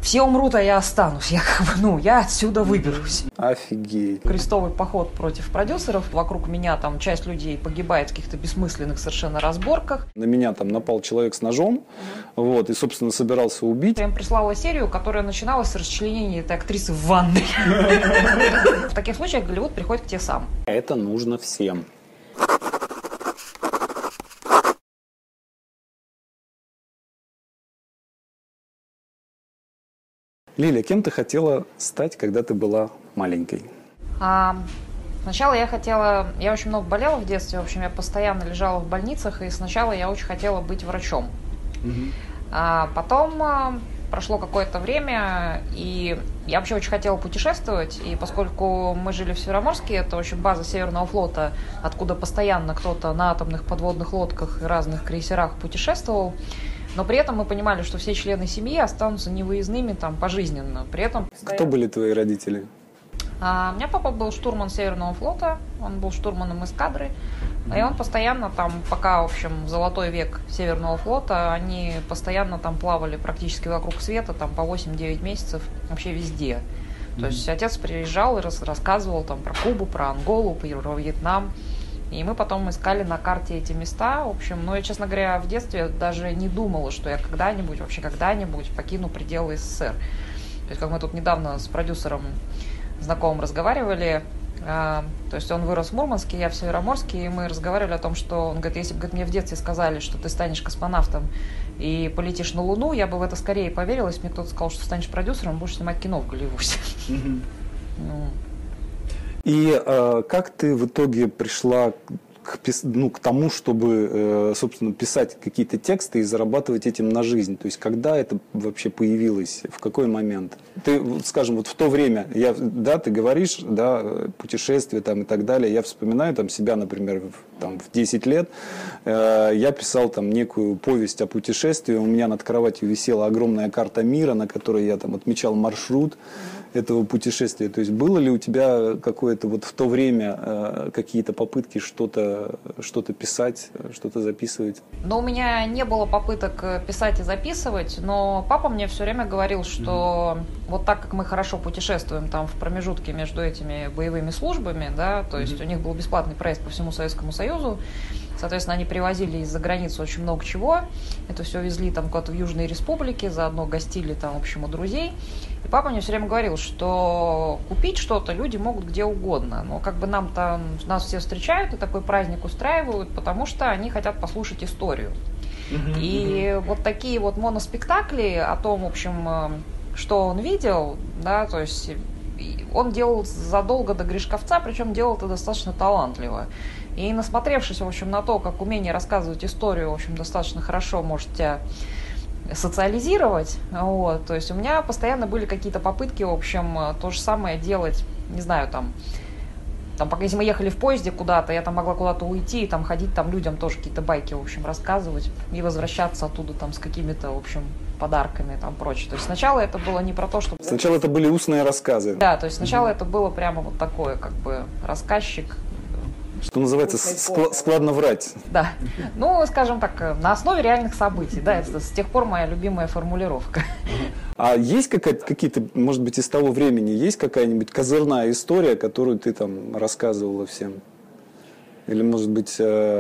все умрут, а я останусь. Я как бы, ну, я отсюда выберусь. Офигеть. Крестовый поход против продюсеров. Вокруг меня там часть людей погибает в каких-то бессмысленных совершенно разборках. На меня там напал человек с ножом, вот, и, собственно, собирался убить. Я им прислала серию, которая начиналась с расчленения этой актрисы в ванной. В таких случаях Голливуд приходит к тебе сам. Это нужно всем. Лиля, кем ты хотела стать, когда ты была маленькой? Сначала я очень много болела в детстве, в общем, я постоянно лежала в больницах, и сначала я очень хотела быть врачом. Потом прошло какое-то время, и я вообще очень хотела путешествовать, и поскольку мы жили в Североморске, это очень база Северного флота, откуда постоянно кто-то на атомных подводных лодках и разных крейсерах путешествовал, но при этом мы понимали, что все члены семьи останутся невыездными там пожизненно. При этом Кто были твои родители? У меня папа был штурман Северного флота, он был штурманом эскадры, и он постоянно там, пока, в общем, золотой век Северного флота, они постоянно там плавали практически вокруг света, там по 8-9 месяцев вообще везде. То есть отец приезжал и рассказывал там про Кубу, про Анголу, про Вьетнам. И мы потом искали на карте эти места. В общем, я, честно говоря, в детстве даже не думала, что я когда-нибудь покину пределы СССР. То есть, как мы тут недавно с продюсером знакомым разговаривали, то есть он вырос в Мурманске, я в Североморске, и мы разговаривали о том, что, он говорит, если бы мне в детстве сказали, что ты станешь космонавтом и полетишь на Луну, я бы в это скорее поверила, если мне кто-то сказал, что станешь продюсером, будешь снимать кино в Голливуде. И как ты в итоге пришла к тому, чтобы, собственно, писать какие-то тексты и зарабатывать этим на жизнь? То есть, когда это вообще появилось, в какой момент? Ты, скажем, вот в то время, ты говоришь, путешествия там и так далее, я вспоминаю там себя, например, в 10 лет, я писал там некую повесть о путешествии, у меня над кроватью висела огромная карта мира, на которой я там отмечал маршрут этого путешествия. То есть было ли у тебя какое-то вот в то время какие-то попытки что-то писать, что-то записывать? У меня не было попыток писать и записывать, но папа мне все время говорил, что вот так как мы хорошо путешествуем там в промежутке между этими боевыми службами, то есть у них был бесплатный проезд по всему Советскому Союзу, соответственно, они привозили из-за границы очень много чего, это все везли там куда-то в Южные республики, заодно гостили там, в общем, у друзей. И папа мне все время говорил, что купить что-то люди могут где угодно, но как бы нас все встречают и такой праздник устраивают, потому что они хотят послушать историю. И вот такие вот моноспектакли о том, в общем, что он видел, то есть он делал задолго до Гришковца, причем делал это достаточно талантливо. И насмотревшись, в общем, на то, как умение рассказывать историю, в общем, достаточно хорошо может тебя социализировать, то есть у меня постоянно были какие-то попытки, в общем, то же самое делать, не знаю, там пока если мы ехали в поезде куда-то, я там могла куда-то уйти и там ходить, там людям тоже какие-то байки, в общем, рассказывать и возвращаться оттуда там с какими-то, в общем, подарками там прочее. То есть сначала это было не про то, что... Сначала это были устные рассказы. Да, то есть сначала это было прямо вот такое, как бы, рассказчик. Что называется, складно врать. Да. Скажем так, на основе реальных событий. Да, это с тех пор моя любимая формулировка. А есть какие-то, может быть, из того времени, есть какая-нибудь козырная история, которую ты там рассказывала всем? Или, может быть...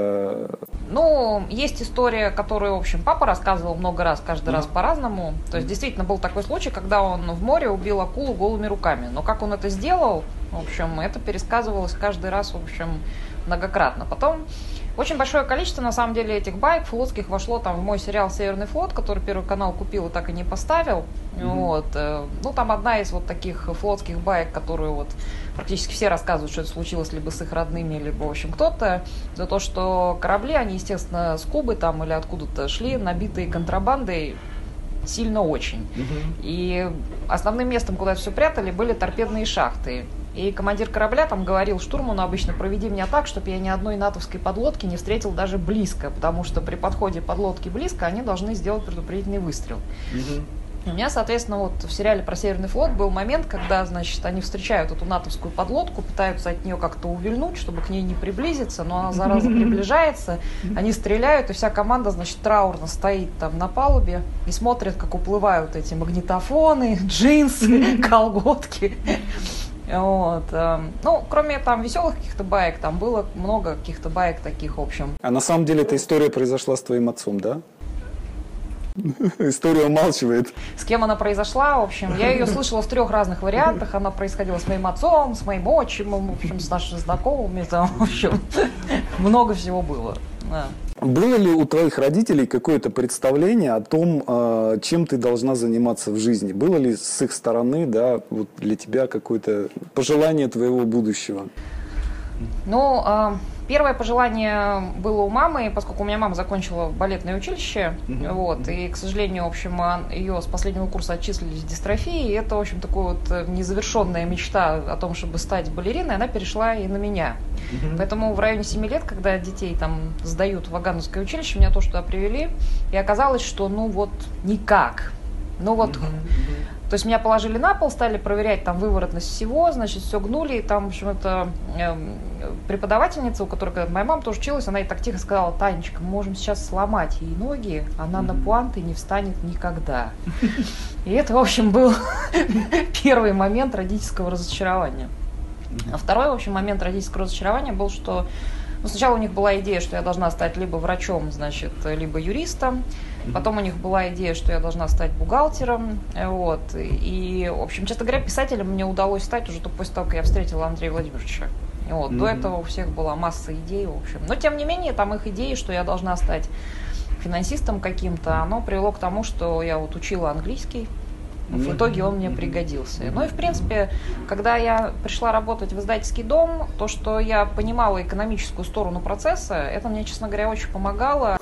есть история, которую, в общем, папа рассказывал много раз, каждый раз по-разному. То есть, действительно, был такой случай, когда он в море убил акулу голыми руками. Но как он это сделал, в общем, это пересказывалось каждый раз, в общем, многократно. Потом очень большое количество, на самом деле, этих баек флотских вошло там в мой сериал «Северный флот», который Первый канал купил и так и не поставил. Там одна из вот таких флотских баек, которую вот практически все рассказывают, что это случилось либо с их родными, либо, в общем, кто-то, за то, что корабли, они, естественно, с Кубы там или откуда-то шли, набитые контрабандой, сильно очень. И основным местом, куда это все прятали, были торпедные шахты. И командир корабля там говорил штурману обычно: проведи меня так, чтобы я ни одной натовской подлодки не встретил даже близко, потому что при подходе подлодки близко они должны сделать предупредительный выстрел. У меня, соответственно, вот в сериале про Северный флот был момент, когда, значит, они встречают эту натовскую подлодку, пытаются от нее как-то увильнуть, чтобы к ней не приблизиться, но она, зараза, приближается, они стреляют, и вся команда, значит, траурно стоит там на палубе и смотрит, как уплывают эти магнитофоны, джинсы, колготки. Вот. Ну, кроме там веселых каких-то баек, там было много каких-то баек таких, в общем. А на самом деле эта история произошла с твоим отцом, да? История умалчивает. С кем она произошла, в общем, я ее слышала в 3 разных вариантах. Она происходила с моим отцом, с моим отчимом, в общем, с нашими знакомыми, там, в общем, много всего было. Да. Было ли у твоих родителей какое-то представление о том, чем ты должна заниматься в жизни? Было ли с их стороны, да, вот для тебя какое-то пожелание твоего будущего? Ну, первое пожелание было у мамы, поскольку у меня мама закончила балетное училище, вот, и, к сожалению, в общем, ее с последнего курса отчислили с дистрофией, и это, в общем, такая вот незавершенная мечта о том, чтобы стать балериной, она перешла и на меня. Поэтому в районе 7 лет, когда детей там сдают в Вагановское училище, меня тоже туда привели, и оказалось, что, ну, вот, никак. Ну, вот... То есть меня положили на пол, стали проверять там выворотность всего, значит, все гнули, и там, в общем, это преподавательница, у которой когда моя мама тоже училась, она ей так тихо сказала: Танечка, мы можем сейчас сломать ей ноги, она на пуанты не встанет никогда. И это, в общем, был первый момент родительского разочарования. А второй, в общем, момент родительского разочарования был, что ну, сначала у них была идея, что я должна стать либо врачом, значит, либо юристом. Потом у них была идея, что я должна стать бухгалтером. Вот. И, в общем, честно говоря, писателем мне удалось стать уже только после того, как я встретила Андрея Владимировича. Вот. До этого у всех была масса идей, в общем. Но, тем не менее, там их идеи, что я должна стать финансистом каким-то, оно привело к тому, что я вот учила английский. В итоге он мне пригодился. Ну и, в принципе, когда я пришла работать в издательский дом, то, что я понимала экономическую сторону процесса, это мне, честно говоря, очень помогало.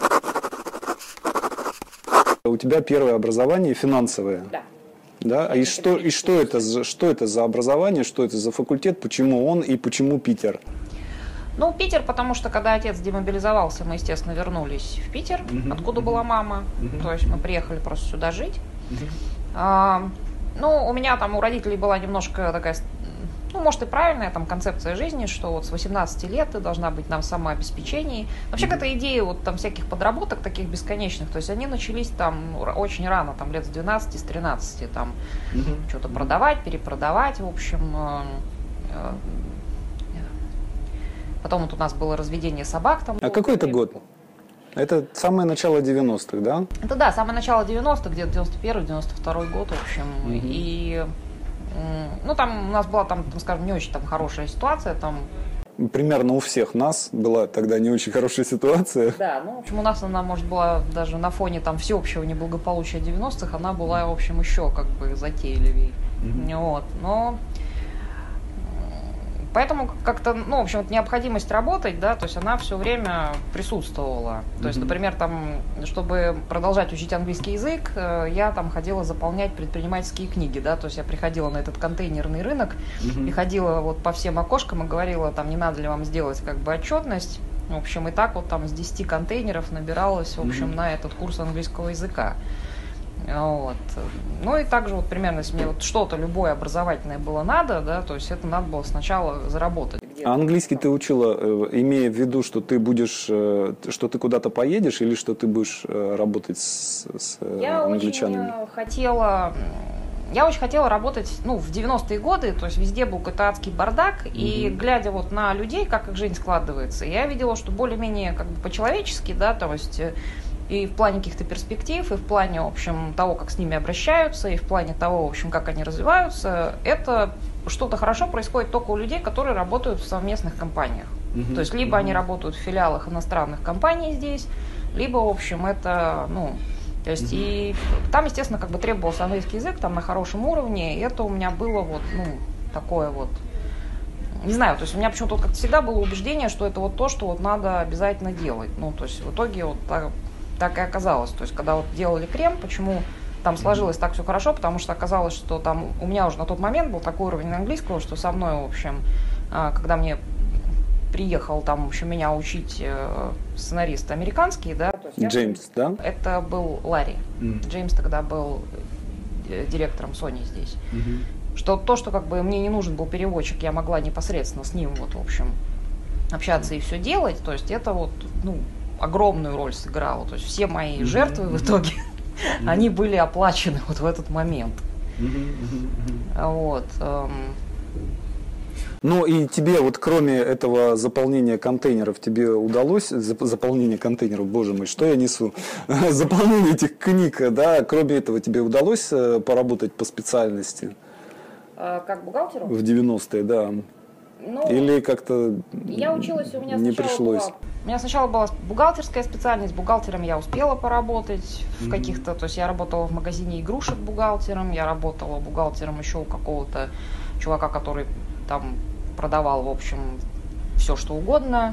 У тебя первое образование финансовое. Да. Да? И что это за образование, что это за факультет, почему он и почему Питер? Ну, Питер, потому что когда отец демобилизовался, мы, естественно, вернулись в Питер, откуда была мама. То есть мы приехали просто сюда жить. Ну, у меня там, у родителей была немножко такая, ну, может, и правильная там концепция жизни, что вот с 18 лет ты должна быть на самообеспечении. Вообще, какая-то идея вот там всяких подработок таких бесконечных, то есть они начались там очень рано, там лет с 12, с 13, там что-то продавать, перепродавать, в общем. Потом вот у нас было разведение собак. Там, а какой это год? Это самое начало 90-х, да? Это да, самое начало 90-х, где-то 91-92 год, в общем. И, ну, там у нас была, там, скажем, не очень там хорошая ситуация. Там... Примерно у всех нас была тогда не очень хорошая ситуация. Да, ну, в общем, у нас она, может, была даже на фоне там всеобщего неблагополучия 90-х, она была, в общем, еще как бы затейливее. Вот, но... Поэтому как-то, ну, в общем, вот необходимость работать, да, то есть она все время присутствовала. То есть, например, там, чтобы продолжать учить английский язык, я там ходила заполнять предпринимательские книги, да, то есть я приходила на этот контейнерный рынок и ходила вот по всем окошкам и говорила, там, не надо ли вам сделать как бы отчетность. В общем, и так вот там с 10 контейнеров набиралось, в общем, на этот курс английского языка. Вот. Ну и также вот примерно, если мне вот что-то любое образовательное было надо, да, то есть это надо было сначала заработать. А английский ты учила, имея в виду, что ты будешь, что ты куда-то поедешь или что ты будешь работать с англичанами? Я очень хотела работать, ну, в 90-е годы, то есть везде был какой-то адский бардак, и глядя вот на людей, как их жизнь складывается, я видела, что более-менее как бы по-человечески, да, то есть и в плане каких-то перспектив, и в плане, в общем, того, как с ними обращаются, и в плане того, в общем, как они развиваются, это что-то хорошо происходит только у людей, которые работают в совместных компаниях. То есть либо они работают в филиалах иностранных компаний здесь, либо, в общем, это, ну, то есть и там, естественно, как бы требовался английский язык, там на хорошем уровне, и это у меня было вот, ну, такое вот, не знаю, то есть у меня почему-то как-то всегда было убеждение, что это вот то, что вот надо обязательно делать. Ну, то есть в итоге вот так и оказалось. То есть, когда вот делали крем, почему там сложилось так все хорошо, потому что оказалось, что там у меня уже на тот момент был такой уровень английского, что со мной, в общем, когда мне приехал там, в общем, меня учить сценарист американский, да. Джеймс, да? Это был Ларри. Джеймс тогда был директором Sony здесь. Что то, что как бы мне не нужен был переводчик, я могла непосредственно с ним вот, в общем, общаться и все делать, то есть это вот, ну, огромную роль сыграло. То есть все мои жертвы в итоге, они были оплачены вот в этот момент. Вот. Ну и тебе вот кроме этого заполнения контейнеров, тебе удалось, заполнение контейнеров, боже мой, что я несу, заполнение этих книг, да, кроме этого тебе удалось поработать по специальности? Как бухгалтеру? В 90-е, да. Ну, или как-то я училась, у меня не сначала пришлось? У меня сначала была бухгалтерская специальность, бухгалтером я успела поработать в каких-то, то есть я работала в магазине игрушек бухгалтером, я работала бухгалтером еще у какого-то чувака, который там продавал, в общем, все что угодно.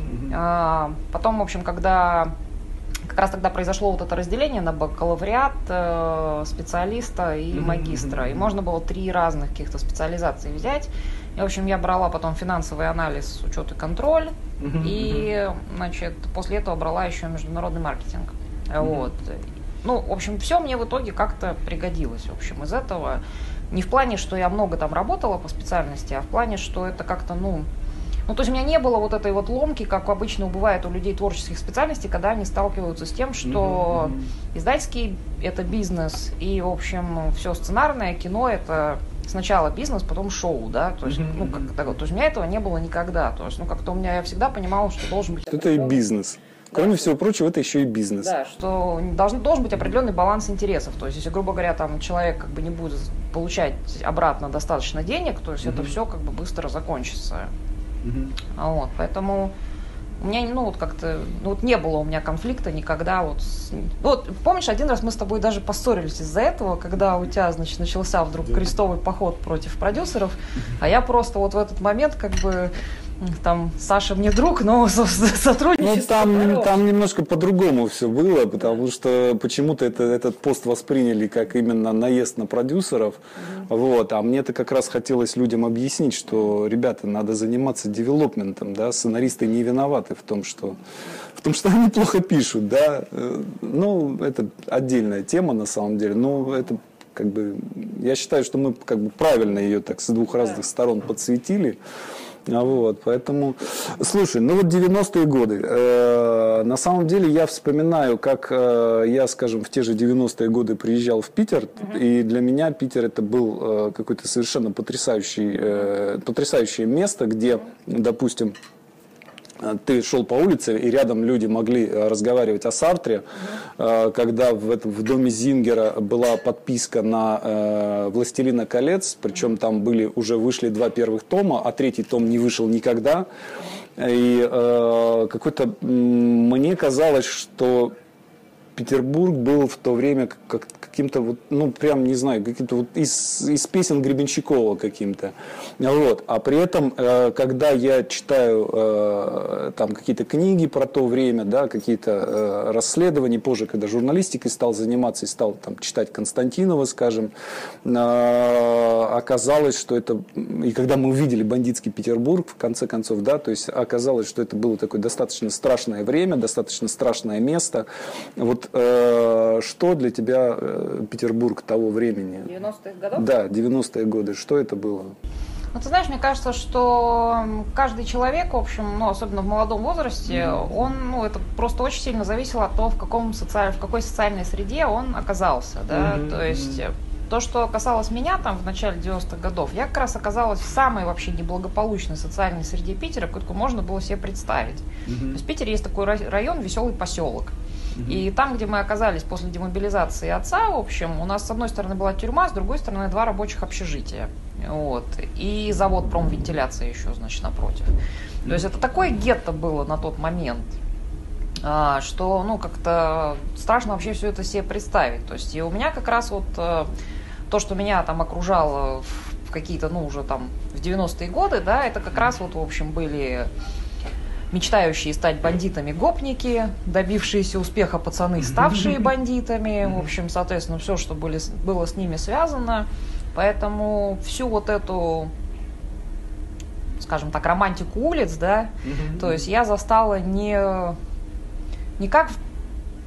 Потом, в общем, когда как раз тогда произошло вот это разделение на бакалавриат, специалиста и магистра, и можно было 3 разных каких-то специализаций взять. И, в общем, я брала потом финансовый анализ, учет и контроль, и, значит, после этого брала еще международный маркетинг. Вот. Ну, в общем, все мне в итоге как-то пригодилось, в общем, из этого. Не в плане, что я много там работала по специальности, а в плане, что это как-то, ну, то есть у меня не было вот этой вот ломки, как обычно бывает у людей творческих специальностей, когда они сталкиваются с тем, что издательский – это бизнес, и, в общем, все сценарное, кино – это сначала бизнес, потом шоу, да, то есть, ну, как так, то есть у меня этого не было никогда, то есть, ну, как-то у меня, я всегда понимала, что должен быть… Это и бизнес. Кроме всего прочего, это еще и бизнес. Да, что должен быть определенный баланс интересов. То есть, если, грубо говоря, там человек как бы не будет получать обратно достаточно денег, то есть это все как бы быстро закончится. Вот, поэтому у меня, ну, вот как-то, ну, вот не было у меня конфликта никогда вот с… Вот, помнишь, один раз мы с тобой даже поссорились из-за этого, когда у тебя, значит, начался вдруг крестовый поход против продюсеров, а я просто вот в этот момент как бы… Там Саша мне друг, но сотрудничество. Ну, там немножко по-другому все было, потому что почему-то этот пост восприняли как именно наезд на продюсеров. Вот, а мне-то как раз хотелось людям объяснить, что, ребята, надо заниматься девелопментом, да, сценаристы не виноваты в том, что они плохо пишут, да. Ну, это отдельная тема на самом деле, но это как бы, я считаю, что мы как бы правильно ее так с 2 разных сторон подсветили. Вот, поэтому, слушай, ну вот 90-е годы, на самом деле я вспоминаю, как я, скажем, в те же 90-е годы приезжал в Питер, и для меня Питер это был какое-то совершенно потрясающее место, где, допустим, ты шел по улице, и рядом люди могли разговаривать о Сартре, когда в доме Зингера была подписка на «Властелина колец», причем там уже вышли 2 первых тома, а 3-й том не вышел никогда. И какой-то, мне казалось, что Петербург был в то время каким-то вот, ну, прям, не знаю, каким-то вот из песен Гребенщикова каким-то. Вот. А при этом, когда я читаю там какие-то книги про то время, да, какие-то расследования, позже, когда журналистикой стал заниматься и стал там читать Константинова, скажем, оказалось, что это, и когда мы увидели бандитский Петербург, в конце концов, да, то есть оказалось, что это было такое достаточно страшное время, достаточно страшное место. Вот что для тебя Петербург того времени? 90-х годов? Да, 90-е годы. Что это было? Ну, ты знаешь, мне кажется, что каждый человек, в общем, ну, особенно в молодом возрасте, он, ну, это просто очень сильно зависело от того, в какой социальной среде он оказался, да, то есть… То, что касалось меня там в начале 90-х годов, я как раз оказалась в самой вообще неблагополучной социальной среде Питера, какую можно было себе представить. То есть в Питере есть такой район Веселый поселок. И там, где мы оказались после демобилизации отца, в общем, у нас с одной стороны была тюрьма, с другой стороны 2 рабочих общежития. Вот. И завод промвентиляции еще, значит, напротив. То есть это такое гетто было на тот момент, что, ну, как-то страшно вообще все это себе представить. То есть и у меня как раз вот то, что меня там окружало в какие-то, ну, уже там в 90-е годы, да, это как раз вот, в общем, были мечтающие стать бандитами гопники, добившиеся успеха пацаны, ставшие бандитами, в общем, соответственно, все, что было с ними связано. Поэтому всю вот эту, скажем так, романтику улиц, да, то есть я застала не как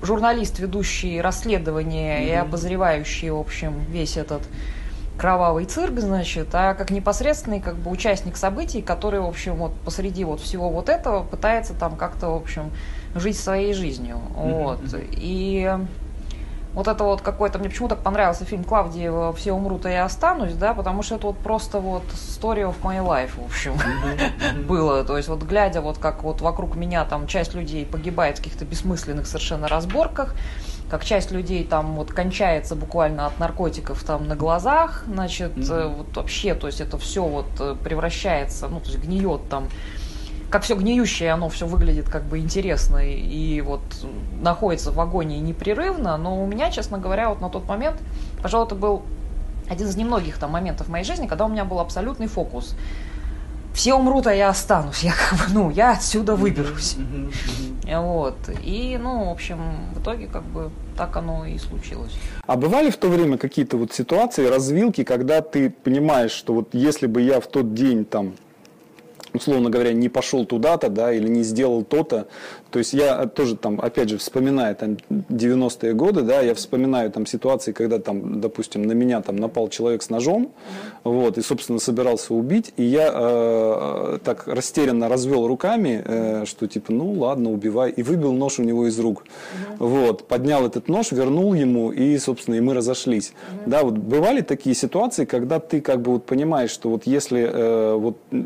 журналист, ведущий расследование и обозревающий, в общем, весь этот кровавый цирк, значит, а как непосредственный как бы участник событий, который, в общем, вот посреди вот всего вот этого пытается там как-то, в общем, жить своей жизнью. Вот. И вот это вот какой-то, мне почему так понравился фильм Клавдиева «Все умрут, а я останусь», да, потому что это вот просто вот story of my life, в общем, было. То есть вот глядя вот как вот вокруг меня там часть людей погибает в каких-то бессмысленных совершенно разборках, как часть людей там вот кончается буквально от наркотиков там на глазах, значит, вот вообще, то есть это все вот превращается, ну, то есть гниет там, как все гниющее, оно все выглядит как бы интересно и вот находится в агонии непрерывно, но у меня, честно говоря, вот на тот момент, пожалуй, это был один из немногих там моментов в моей жизни, когда у меня был абсолютный фокус. Все умрут, а я останусь, я как бы, ну, я отсюда выберусь. Вот. И, ну, в общем, в итоге как бы так оно и случилось. А бывали в то время какие-то вот ситуации, развилки, когда ты понимаешь, что вот если бы я в тот день там, условно говоря, не пошел туда-то, да, или не сделал то-то. То есть я тоже там, опять же, вспоминаю там 90-е годы, да, я вспоминаю там ситуации, когда там, допустим, на меня там напал человек с ножом, вот, и, собственно, собирался убить, и я так растерянно развел руками, что типа, ну ладно, убивай, и выбил нож у него из рук. Вот, поднял этот нож, вернул ему, и, собственно, и мы разошлись. Да, вот бывали такие ситуации, когда ты как бы вот понимаешь, что вот если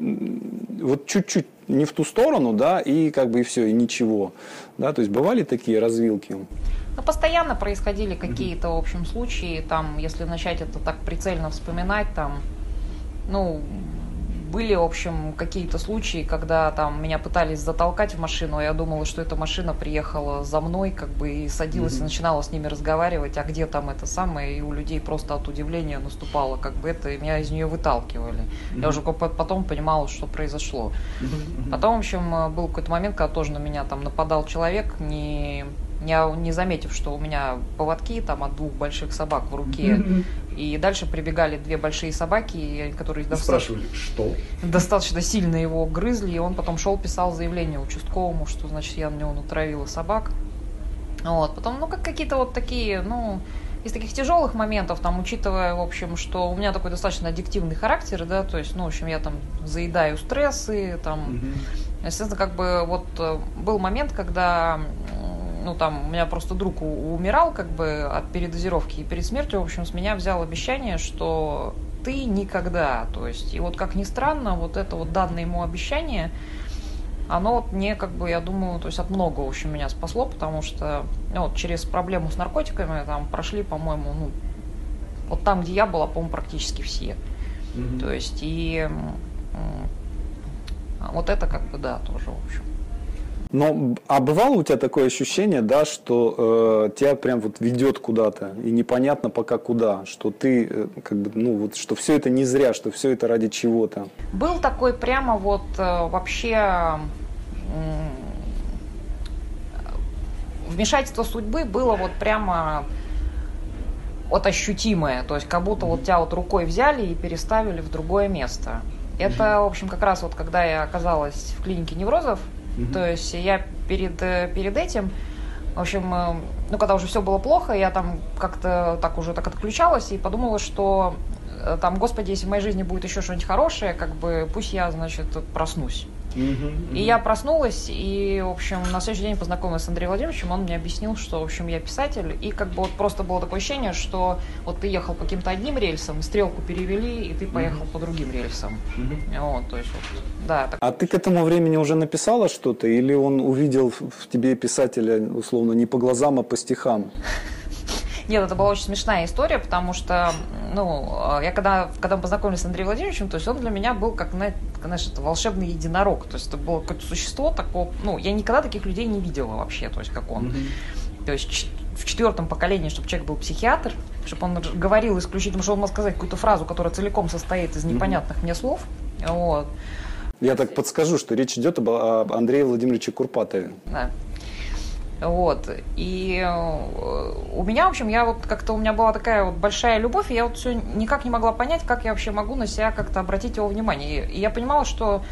вот чуть-чуть не в ту сторону, да, и как бы и все, и ничего, да, то есть бывали такие развилки? Ну, постоянно происходили какие-то, в общем, случаи, там, если начать это так прицельно вспоминать, там, ну, были, в общем, какие-то случаи, когда там меня пытались затолкать в машину, а я думала, что эта машина приехала за мной, как бы, и садилась и начинала с ними разговаривать, а где там это самое, и у людей просто от удивления наступало, как бы это, и меня из нее выталкивали. Я уже потом понимала, что произошло. Потом, в общем, был какой-то момент, когда тоже на меня там нападал человек, не заметив, что у меня поводки там от 2 больших собак в руке, и дальше прибегали 2 большие собаки, которые спрашивали, что? Достаточно сильно его грызли, и он потом шел, писал заявление участковому, что, значит, я на него натравила собак. Вот. Потом, ну, как какие-то вот такие, ну, из таких тяжелых моментов, там, учитывая, в общем, что у меня такой достаточно аддиктивный характер, да, то есть, ну, в общем, я там заедаю стрессы, там, естественно, как бы вот был момент, когда, ну, там, у меня просто друг умирал, как бы, от передозировки, и перед смертью, в общем, с меня взял обещание, что ты никогда, то есть, и вот, как ни странно, вот это вот данное ему обещание, оно вот мне, как бы, я думаю, то есть, от многого, в общем, меня спасло, потому что, ну, вот, через проблему с наркотиками, там, прошли, по-моему, ну, вот там, где я была, по-моему, практически все, то есть, и вот это, как бы, да, тоже, в общем. Но, а бывало у тебя такое ощущение, да, что тебя прям вот ведет куда-то, и непонятно пока куда, что ты, как бы, ну вот, что все это не зря, что все это ради чего-то? Был такой прямо вот вообще вмешательство судьбы было вот прямо вот ощутимое, то есть как будто вот тебя вот рукой взяли и переставили в другое место. Это, в общем, как раз вот когда я оказалась в клинике неврозов, то есть я перед этим, в общем, ну, когда уже все было плохо, я там как-то так уже так отключалась и подумала, что там, Господи, если в моей жизни будет еще что-нибудь хорошее, как бы пусть я, значит, проснусь. И я проснулась, и, в общем, на следующий день познакомилась с Андреем Владимировичем, он мне объяснил, что, в общем, я писатель, и как бы вот просто было такое ощущение, что вот ты ехал по каким-то одним рельсам, стрелку перевели, и ты поехал по другим рельсам. Вот, то есть, вот, да. Так. А ты к этому времени уже написала что-то, или он увидел в тебе писателя, условно, не по глазам, а по стихам? Нет, это была очень смешная история, потому что, ну, я когда мы познакомились с Андреем Владимировичем, то есть он для меня был как, знаешь, это волшебный единорог, то есть это было какое-то существо такое, ну, я никогда таких людей не видела вообще, то есть как он. То есть в 4-м поколении, чтобы человек был психиатр, чтобы он говорил исключительно, что он мог сказать какую-то фразу, которая целиком состоит из непонятных мне слов, вот. Я так подскажу, что речь идет об Андрее Владимировиче Курпатове. Да. Вот, и у меня, в общем, я вот как-то, у меня была такая вот большая любовь, и я вот все никак не могла понять, как я вообще могу на себя как-то обратить его внимание. И я понимала, что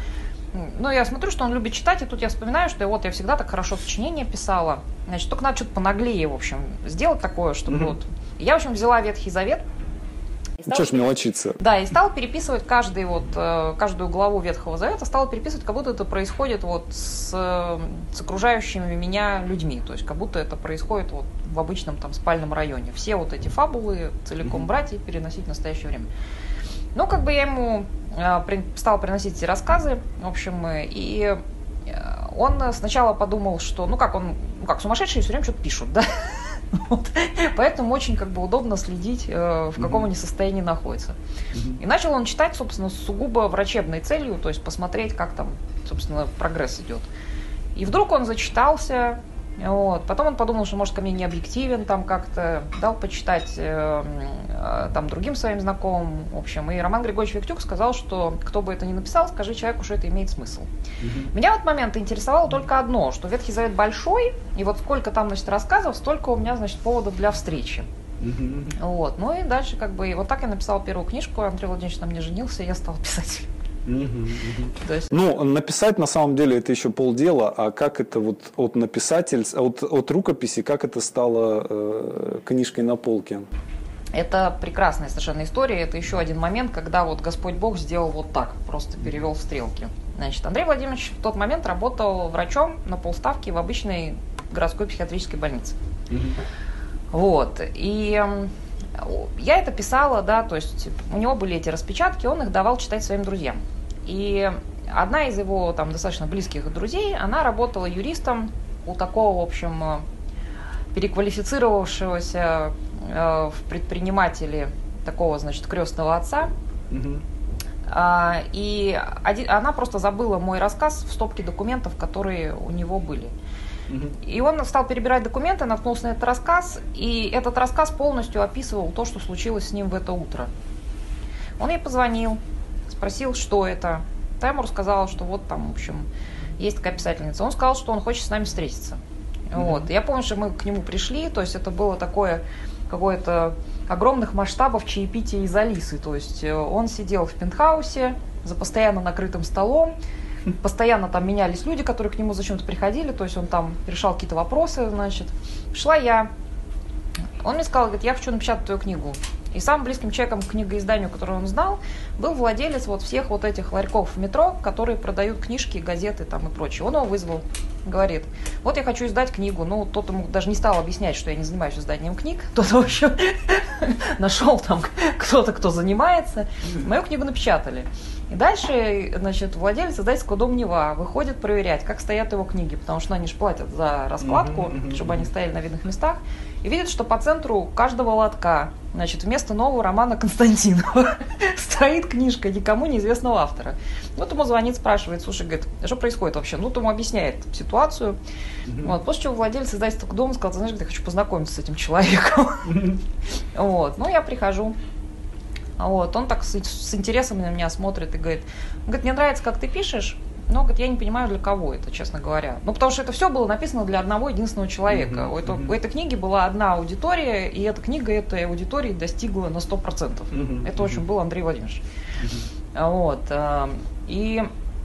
ну, я смотрю, что он любит читать, и тут я вспоминаю, что вот я всегда так хорошо сочинения писала. Значит, только надо что-то понаглее, в общем, сделать такое, чтобы вот... Я, в общем, взяла Ветхий Завет. Что ж мелочиться? Да, и стала переписывать каждую главу Ветхого Завета, стала переписывать, как будто это происходит вот с окружающими меня людьми. То есть, как будто это происходит вот в обычном там спальном районе. Все вот эти фабулы целиком брать и переносить в настоящее время. Ну, как бы я ему стала приносить эти рассказы, в общем, и он сначала подумал, что, ну, как сумасшедшие все время что-то пишут, да? Вот. Поэтому очень как бы удобно следить, в каком они состоянии находятся. И начал он читать, собственно, сугубо врачебной целью, то есть посмотреть, как там, собственно, прогресс идет. И вдруг он зачитался, вот. Потом он подумал, что, может, ко мне не объективен, там как-то дал почитать там другим своим знакомым, в общем. И Роман Григорьевич Виктюк сказал, что кто бы это ни написал, скажи человеку, что это имеет смысл. Меня в этот момент интересовало только одно, что Ветхий Завет большой, и вот сколько там, значит, рассказов, столько у меня, значит, поводов для встречи. Вот. Ну и дальше как бы, и вот так я написала первую книжку, Андрей Владимирович на мне женился, и я стала писателем. Есть... Ну, написать на самом деле это еще полдела, а как это вот от рукописи, как это стало книжкой на полке? Это прекрасная совершенно история. Это еще один момент, когда вот Господь Бог сделал вот так, просто перевел в стрелки. Значит, Андрей Владимирович в тот момент работал врачом на полставки в обычной городской психиатрической больнице. Вот. И я это писала, да, то есть у него были эти распечатки, он их давал читать своим друзьям. И одна из его там достаточно близких друзей, она работала юристом у такого, в общем, переквалифицировавшегося в предпринимателе такого, значит, крестного отца. И она просто забыла мой рассказ в стопке документов, которые у него были. И он стал перебирать документы, наткнулся на этот рассказ, и этот рассказ полностью описывал то, что случилось с ним в это утро. Он ей позвонил, спросил, что это. Та ему рассказала, что вот там, в общем, есть такая писательница. Он сказал, что он хочет с нами встретиться. Вот. Я помню, что мы к нему пришли, то есть это было такое какое-то огромных масштабов чаепития из Алисы. То есть он сидел в пентхаусе за постоянно накрытым столом, постоянно там менялись люди, которые к нему зачем-то приходили, то есть он там решал какие-то вопросы, значит. Шла я. Он мне сказал, говорит, я хочу напечатать твою книгу. И самым близким человеком к книгоизданию, который он знал, был владелец вот всех вот этих ларьков в метро, которые продают книжки, газеты там и прочее. Он его вызвал, говорит, вот я хочу издать книгу. Ну, тот ему даже не стал объяснять, что я не занимаюсь изданием книг. Тот, в общем, нашел там кто-то, кто занимается. Мою книгу напечатали. И дальше, значит, владелец издательского дома «Нева» выходит проверять, как стоят его книги, потому что они же платят за раскладку, чтобы они стояли на видных местах, и видит, что по центру каждого лотка, значит, вместо нового романа Константинова стоит книжка никому неизвестного автора. Вот ему звонит, спрашивает, слушай, говорит, что происходит вообще? Ну, ему объясняет ситуацию. Вот. После чего владелец издательского дома сказал, ты знаешь, я хочу познакомиться с этим человеком. Вот. Ну, я прихожу. Вот, он так с интересом на меня смотрит и говорит, мне нравится, как ты пишешь, но, говорит, я не понимаю, для кого это, честно говоря. Ну, потому что это все было написано для одного единственного человека. У этой книги была одна аудитория, и эта книга этой аудитории достигла на 100%. Это очень был Андрей Владимирович. Вот. И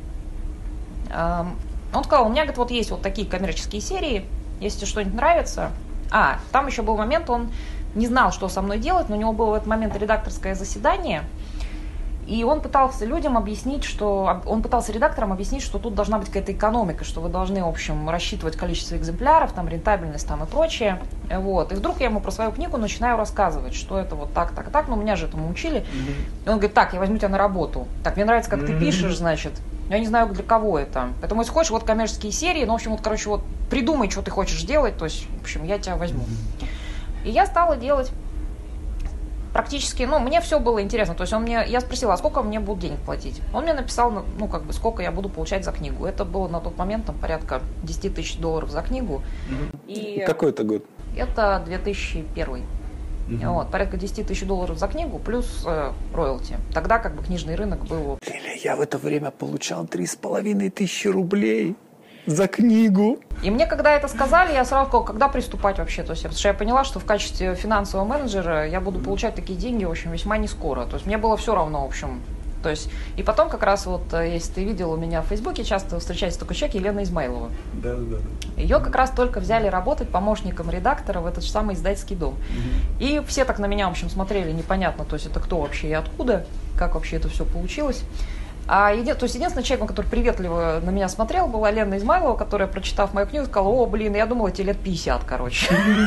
он сказал, у меня, говорит, вот есть вот такие коммерческие серии, если что-нибудь нравится. Там еще был момент, он не знал, что со мной делать, но у него было в этот момент редакторское заседание, и он пытался людям объяснить, он пытался редакторам объяснить, что тут должна быть какая-то экономика, что вы должны, в общем, рассчитывать количество экземпляров, там, рентабельность там и прочее. Вот. И вдруг я ему про свою книгу начинаю рассказывать, что это вот так, но меня же этому учили. И он говорит, так, я возьму тебя на работу. Так, мне нравится, как ты пишешь, значит, я не знаю, для кого это. Поэтому, если хочешь, вот коммерческие серии, ну, в общем, вот, короче, вот придумай, что ты хочешь делать, то есть, в общем, я тебя возьму. И я стала делать практически, мне все было интересно. То есть я спросила, а сколько мне будут денег платить? Он мне написал, сколько я буду получать за книгу. Это было на тот момент там порядка $10 000 за книгу. И какой это год? Это 2001. Вот, порядка $10 000 за книгу плюс роялти. Тогда как бы книжный рынок был... Лиля, я в это время получал 3500 рублей. За книгу. И мне, когда это сказали, я сразу сказала, когда приступать вообще. То есть, потому что я поняла, что в качестве финансового менеджера я буду получать такие деньги, в общем, весьма не скоро. То есть мне было все равно, в общем, То есть, и потом как раз вот, если ты видел, у меня в Фейсбуке часто встречается такой человек, Елена Измайлова. Да. Ее как раз только взяли работать помощником редактора в этот же самый издательский дом. И все так на меня, в общем, смотрели непонятно, то есть это кто вообще и откуда, как вообще это все получилось. То есть единственный человек, который приветливо на меня смотрел, была Лена Измайлова, которая, прочитав мою книгу, сказала: о, блин, я думала, тебе лет 50, короче.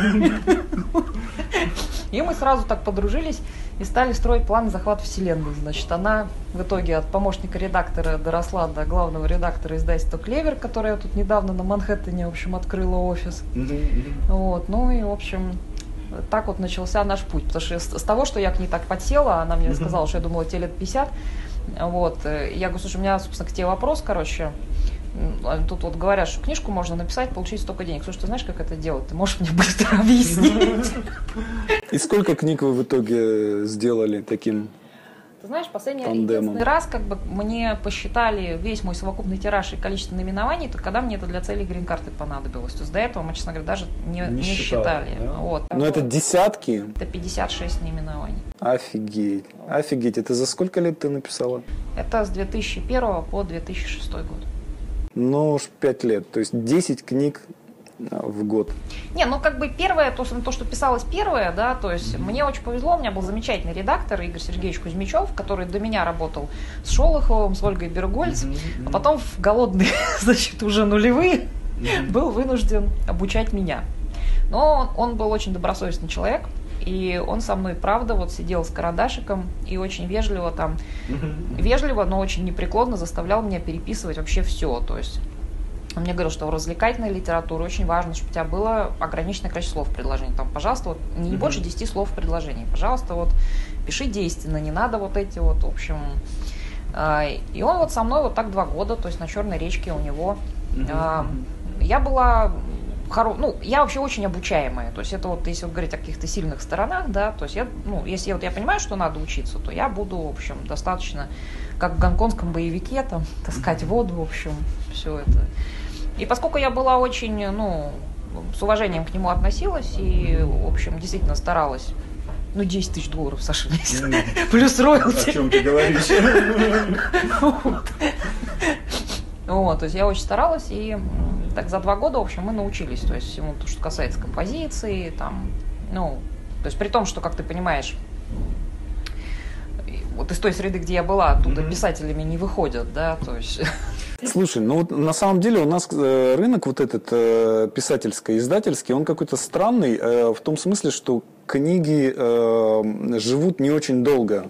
И мы сразу так подружились и стали строить план захвата вселенной. Значит, она в итоге от помощника редактора доросла до главного редактора издательства «Клевер», которое тут недавно на Манхэттене, в общем, открыла офис. Вот, ну и, в общем, так вот начался наш путь. Потому что с того, что я к ней так подсела, она мне сказала, что я думала, тебе лет 50. Вот, я говорю: слушай, у меня, собственно, к тебе вопрос, короче. Тут вот говорят, что книжку можно написать, получить столько денег. Слушай, ты знаешь, как это делать? Ты можешь мне быстро объяснить? И сколько книг вы в итоге сделали таким? Ты знаешь, единственный раз как бы мне посчитали весь мой совокупный тираж и количество наименований, то когда мне это для целей грин-карты понадобилось. То есть до этого мы, честно говоря, даже не считали. Да? Вот. Но это десятки? Это 56 наименований. Офигеть. Офигеть. Это за сколько лет ты написала? Это с 2001 по 2006 год. Ну уж 5 лет. То есть 10 книг в год. Не, ну как бы первое, то, что писалось первое, да, то есть мне очень повезло, у меня был замечательный редактор Игорь Сергеевич Кузьмичев, который до меня работал с Шолоховым, с Ольгой Бергольц, а потом в голодные, значит, уже нулевые был вынужден обучать меня. Но он был очень добросовестный человек, и он со мной, правда, вот сидел с карандашиком и очень вежливо там, вежливо, но очень непреклонно заставлял меня переписывать вообще все, то есть он мне говорил, что в развлекательной литературе очень важно, чтобы у тебя было ограниченное количество слов в предложении. Там, пожалуйста, вот, не больше 10 слов в предложении. Пожалуйста, вот пиши действенно, не надо вот эти вот, в общем. И он вот со мной вот так 2 года, то есть на Черной речке у него. Я была я вообще очень обучаемая. То есть это вот, если вот говорить о каких-то сильных сторонах, да, то есть если я понимаю, что надо учиться, то я буду, в общем, достаточно, как в гонконгском боевике, там, таскать воду, в общем, все это. И поскольку я была очень, с уважением к нему относилась и, в общем, действительно старалась, $10 тысяч, Саша, плюс роялти. О чем ты говоришь? Вот, то есть я очень старалась, и так за 2 года, в общем, мы научились, то есть всему, что касается композиции, там, то есть при том, что, как ты понимаешь, вот из той среды, где я была, оттуда писателями не выходят, да, то есть... Слушай, на самом деле у нас рынок вот этот писательско-издательский, он какой-то странный, в том смысле, что книги живут не очень долго.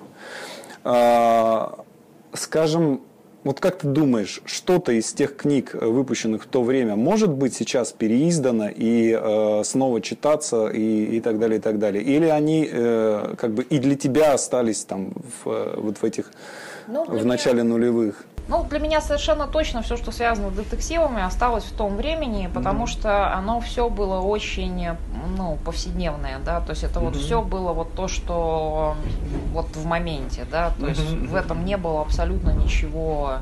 Скажем, вот как ты думаешь, что-то из тех книг, выпущенных в то время, может быть сейчас переиздано и снова читаться и так далее, и так далее? Или они как бы и для тебя остались там вот в этих, в начале нулевых? Для меня совершенно точно все, что связано с детективами, осталось в том времени, потому что оно все было очень, повседневное, да, то есть это вот все было вот то, что вот в моменте, да, то есть в этом не было абсолютно ничего,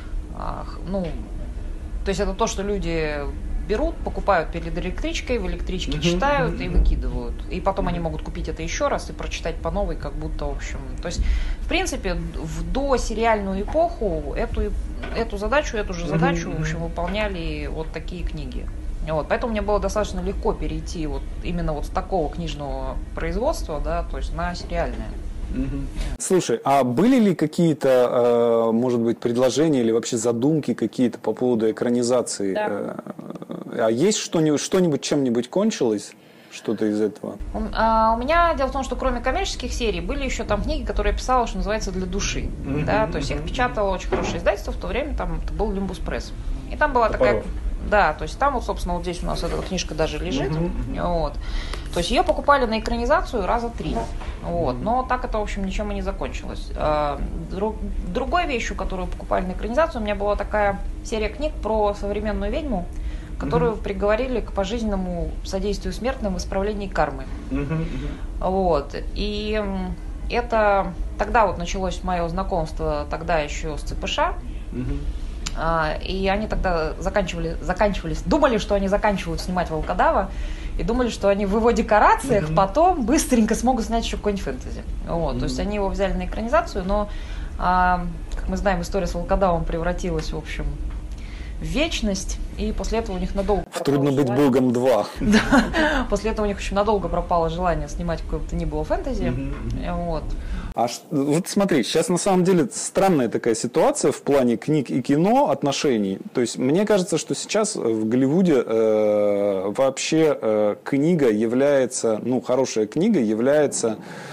то есть это то, что люди берут, покупают перед электричкой, в электричке читают и выкидывают. И потом они могут купить это еще раз и прочитать по новой, как будто, в общем... То есть, в принципе, в досериальную эпоху эту же задачу, в общем, выполняли вот такие книги. Вот, поэтому мне было достаточно легко перейти вот именно вот с такого книжного производства, да, то есть на сериальное. Слушай, а были ли какие-то, может быть, предложения или вообще задумки какие-то по поводу экранизации? Да. А есть что-нибудь чем-нибудь кончилось? Что-то из этого? У меня, дело в том, что кроме коммерческих серий, были еще там книги, которые я писала, что называется, для души. Да? То есть их печатало очень хорошее издательство, в то время там это был Limbus Press. И там была такая... Да, то есть там вот, собственно, вот здесь у нас эта книжка даже лежит. Вот. То есть ее покупали на экранизацию раза 3. Вот. Но так это, в общем, ничем и не закончилось. Другой вещью, которую покупали на экранизацию, у меня была такая серия книг про современную ведьму, которую приговорили к пожизненному содействию смертным в исправлении кармы. Вот. И это тогда вот началось мое знакомство тогда еще с ЦПШ. И они тогда думали, что они заканчивают снимать «Волкодава», и думали, что они в его декорациях потом быстренько смогут снять еще какой-нибудь фэнтези. Вот. То есть они его взяли на экранизацию, но Как мы знаем, история с волкодавом превратилась, в общем, в вечность, и после этого у них надолго в «Трудно быть богом 2». Да, после этого у них очень надолго пропало желание снимать какое бы то ни было фэнтези. Вот. Вот смотри, сейчас на самом деле странная такая ситуация в плане книг и кино, отношений. То есть мне кажется, что сейчас в Голливуде вообще книга является, хорошая книга является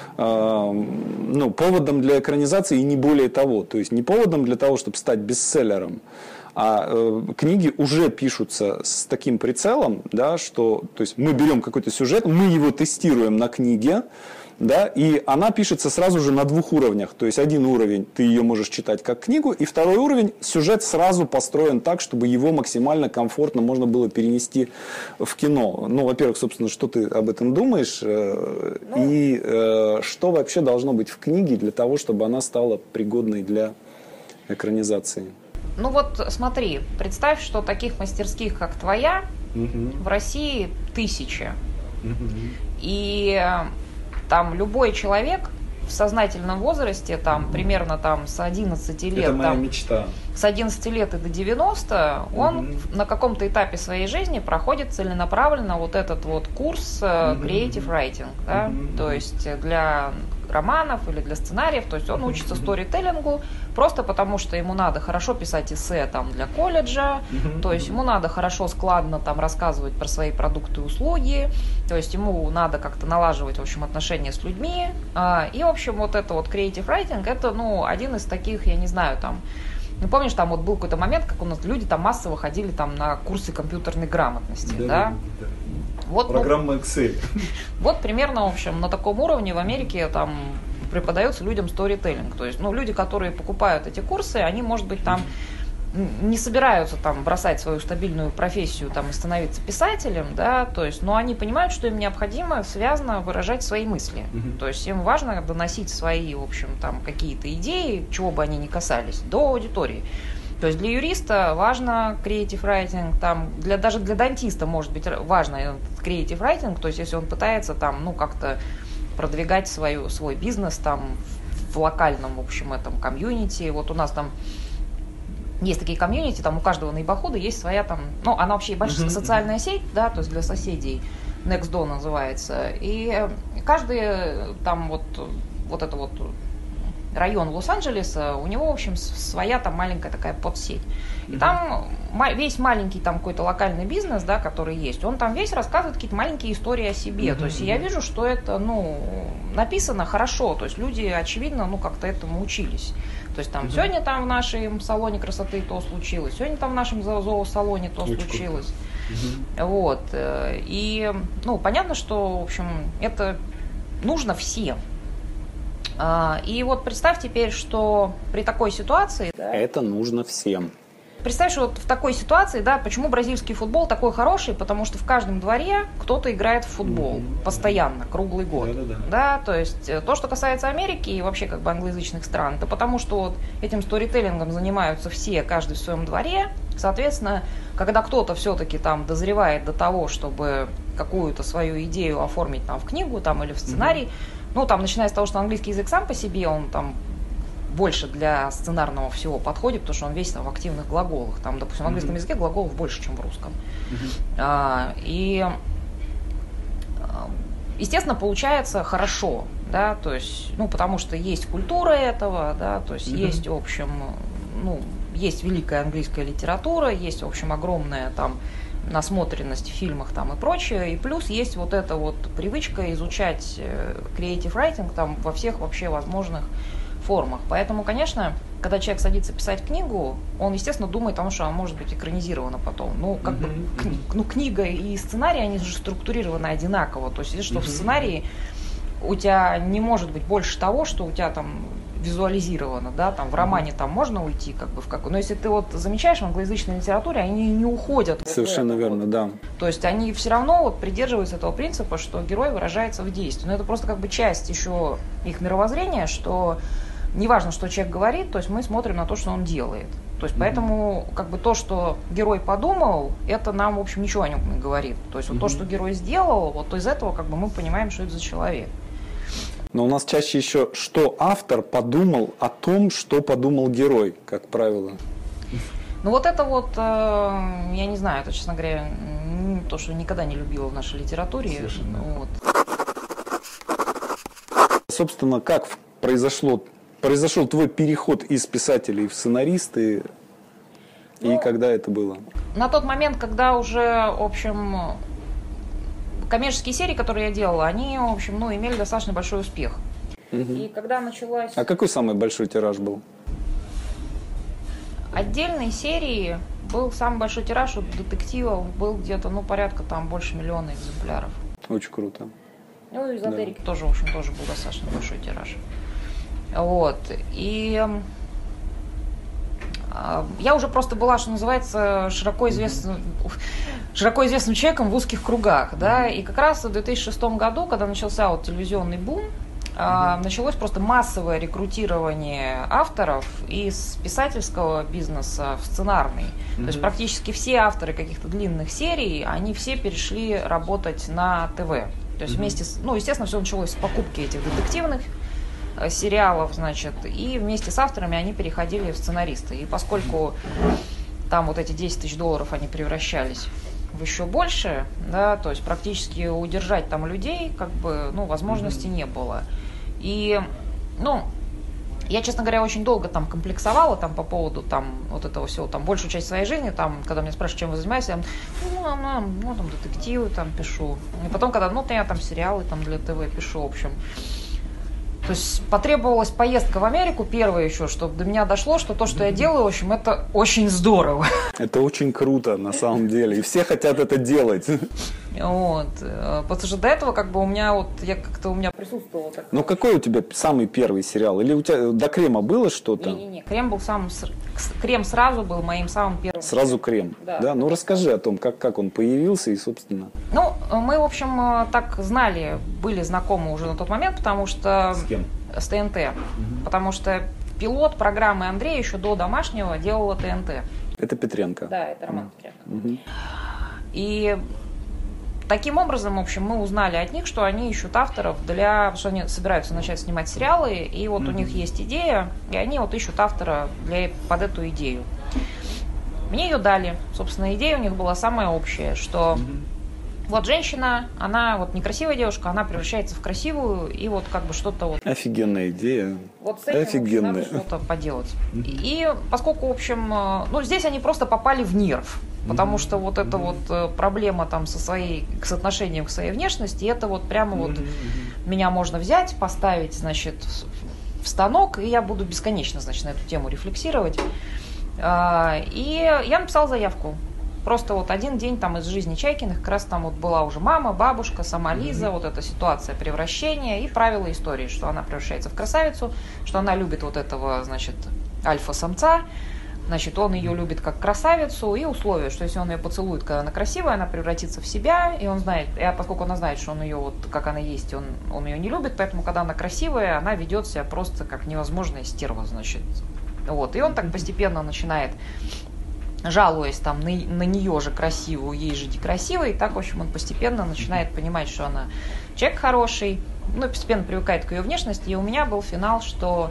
поводом для экранизации и не более того. То есть не поводом для того, чтобы стать бестселлером, а книги уже пишутся с таким прицелом, да, что то есть мы берем какой-то сюжет, мы его тестируем на книге, да, и она пишется сразу же на 2 уровнях. То есть один уровень ты ее можешь читать как книгу, и второй уровень сюжет сразу построен так, чтобы его максимально комфортно можно было перенести в кино. Во-первых, собственно, что ты об этом думаешь, и что вообще должно быть в книге для того, чтобы она стала пригодной для экранизации? Смотри, представь, что таких мастерских, как твоя, в России 1000. И там любой человек в сознательном возрасте, там, примерно там, с 11 лет... Это моя мечта. С 11 лет и до 90, он на каком-то этапе своей жизни проходит целенаправленно вот этот вот курс Creative Writing, да? То есть для романов или для сценариев, то есть он учится сторителлингу просто потому, что ему надо хорошо писать эссе там для колледжа, то есть ему надо хорошо, складно там рассказывать про свои продукты и услуги, то есть ему надо как-то налаживать, в общем, отношения с людьми, и, в общем, вот это вот Creative Writing, это, один из таких, я не знаю, там, помнишь, там вот был какой-то момент, как у нас люди там массово ходили там на курсы компьютерной грамотности, да? Вот, программа Excel. Вот примерно, в общем, на таком уровне в Америке там преподается людям сторителлинг. То есть, люди, которые покупают эти курсы, они, может быть, там не собираются там бросать свою стабильную профессию там и становиться писателем, да, то есть, но они понимают, что им необходимо связно выражать свои мысли. То есть им важно доносить свои, в общем, там какие-то идеи, чего бы они ни касались, до аудитории. То есть для юриста важно creative writing, там, даже для дантиста может быть важно creative writing, то есть если он пытается там, как-то продвигать свой бизнес там в локальном, в общем, этом комьюнити. Вот у нас там есть такие комьюнити, там у каждого наибахуда есть своя там, она вообще большая социальная сеть, да, то есть для соседей, Nextdoor называется, и каждый там вот это вот район Лос-Анджелеса, у него, в общем, своя там маленькая такая подсеть. И там весь маленький там какой-то локальный бизнес, да, который есть, он там весь рассказывает какие-то маленькие истории о себе. То есть я вижу, что это, написано хорошо, то есть люди, очевидно, как-то этому учились. То есть там сегодня там в нашем салоне красоты то случилось, сегодня там в нашем зоосалоне то случилось. Вот. И, понятно, что, в общем, это нужно всем. И вот представь теперь, что при такой ситуации... Это нужно всем. Представь, что вот в такой ситуации, да, почему бразильский футбол такой хороший, потому что в каждом дворе кто-то играет в футбол постоянно, круглый год. Да, то есть то, что касается Америки и вообще как бы англоязычных стран, это потому что вот этим сторителлингом занимаются все, каждый в своем дворе. Соответственно, когда кто-то все-таки там дозревает до того, чтобы какую-то свою идею оформить там в книгу там, или в сценарий, там, начиная с того, что английский язык сам по себе, он там больше для сценарного всего подходит, потому что он весь там в активных глаголах. Там, допустим, в английском языке глаголов больше, чем в русском. И, естественно, получается хорошо, да, то есть, потому что есть культура этого, да, то есть есть, в общем, есть великая английская литература, есть, в общем, огромная там насмотренность в фильмах там и прочее, и плюс есть вот эта вот привычка изучать creative writing там во всех вообще возможных формах. Поэтому, конечно, когда человек садится писать книгу, он, естественно, думает о том, что она может быть экранизирована потом. Книга и сценарий, они же структурированы одинаково. То есть, что в сценарии у тебя не может быть больше того, что у тебя там визуализировано, да, там в романе там можно уйти, как бы в какой. Но если ты вот замечаешь, в англоязычной литературе они не уходят. Совершенно верно, да. То есть они все равно вот придерживаются этого принципа, что герой выражается в действии. Но это просто как бы часть еще их мировоззрения, что неважно, что человек говорит, то есть мы смотрим на то, что он делает. То есть поэтому как бы то, что герой подумал, это нам, в общем, ничего о нем не говорит. То есть вот то, что герой сделал, вот из этого как бы мы понимаем, что это за человек. Но у нас чаще еще, что автор подумал о том, что подумал герой, как правило. Ну вот это вот, я не знаю, это, честно говоря, то, что никогда не любила в нашей литературе. Вот. Собственно, как произошел твой переход из писателей в сценаристы, и когда это было? На тот момент, когда уже, в общем, коммерческие серии, которые я делала, они, в общем, имели достаточно большой успех. И когда началась... А какой самый большой тираж был? Отдельной серии был самый большой тираж от детективов, был где-то, порядка там больше 1 миллиона экземпляров. Очень круто. Ну, и эзотерики тоже, в общем, тоже был достаточно большой тираж. Вот. И я уже просто была, что называется, широко известным человеком в узких кругах, да, и как раз в 2006 году, когда начался вот телевизионный бум, началось просто массовое рекрутирование авторов из писательского бизнеса в сценарный. То есть практически все авторы каких-то длинных серий, они все перешли работать на ТВ. То есть вместе с, естественно, все началось с покупки этих детективных сериалов, значит, и вместе с авторами они переходили в сценаристы. И поскольку там вот эти $10 000 они превращались в еще больше, да, то есть практически удержать там людей, возможности не было. И, я, честно говоря, очень долго там комплексовала там по поводу там вот этого всего, там большую часть своей жизни, там, когда меня спрашивают, чем вы занимаетесь, я там детективы там пишу. И потом, когда, я там сериалы там для ТВ пишу, в общем. То есть потребовалась поездка в Америку первая еще, чтобы до меня дошло, что то, что я делаю, в общем, это очень здорово. Это очень круто, на самом деле, и все хотят это делать. Вот, потому что до этого у меня присутствовало такое. Ну какой у тебя самый первый сериал? Или у тебя до Крема было что-то? Не, Крем сразу был моим самым первым. Сразу Крем? Да. Ну расскажи о том, как он появился и, собственно. Мы, в общем, так были знакомы уже на тот момент, потому что... С кем? С ТНТ. Потому что пилот программы Андрея еще до «Домашнего» делала ТНТ. Это Петренко? Да, это Роман Петренко. И таким образом, в общем, мы узнали от них, что они ищут авторов потому что они собираются начать снимать сериалы, и вот у них есть идея, и они вот ищут автора под эту идею. Мне ее дали. Собственно, идея у них была самая общая, что вот женщина, она вот некрасивая девушка, она превращается в красивую, и вот что-то вот... Офигенная идея. Вот с этим надо что-то поделать. И поскольку, в общем, здесь они просто попали в нерв. Потому что вот эта вот проблема там с отношением к своей внешности, это вот прямо вот меня можно взять, поставить, значит, в станок, и я буду бесконечно, значит, на эту тему рефлексировать. И я написала заявку. Просто вот один день там из жизни Чайкиных, как раз там вот была уже мама, бабушка, сама Лиза, вот эта ситуация превращения и правила истории, что она превращается в красавицу, что она любит вот этого, значит, альфа-самца, значит, он ее любит как красавицу, и условие, что если он ее поцелует, когда она красивая, она превратится в себя, и он знает, поскольку она знает, что он ее вот как она есть, он ее не любит, поэтому когда она красивая, она ведет себя просто как невозможная стерва, значит. Вот, и он так постепенно начинает, жалуясь там на нее же красивую, ей же некрасивой, и так, в общем, он постепенно начинает понимать, что она человек хороший, постепенно привыкает к ее внешности, и у меня был финал, что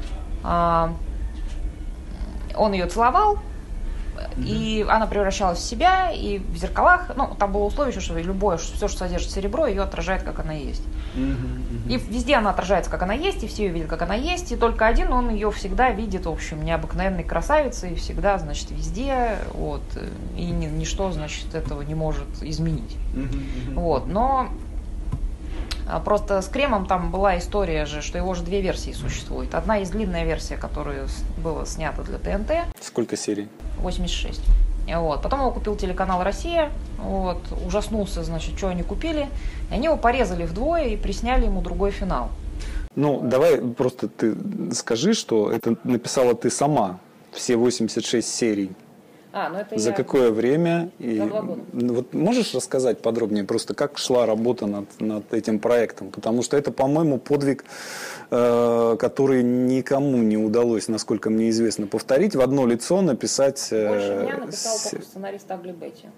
он ее целовал, и она превращалась в себя, и в зеркалах, там было условие еще, что любое, все, что содержит серебро, ее отражает, как она есть. И везде она отражается, как она есть, и все ее видят, как она есть, и только один, он ее всегда видит, в общем, необыкновенной красавицей, всегда, значит, везде, вот, и ничто, значит, этого не может изменить. Вот, но просто с Кремом там была история же, что его же 2 версии существует. Одна есть длинная версия, которая была снята для ТНТ. Сколько серий? 86. Вот. Потом его купил телеканал «Россия», вот, ужаснулся, значит, что они купили. И они его порезали вдвое и присняли ему другой финал. Давай просто ты скажи, что это написала ты сама, все 86 серий. Это За какое время? За 2 года. Вот можешь рассказать подробнее просто, как шла работа над этим проектом? Потому что это, по-моему, подвиг, который никому не удалось, насколько мне известно, повторить. В одно лицо написать... Больше меня написал только сценарист Агли Бетти.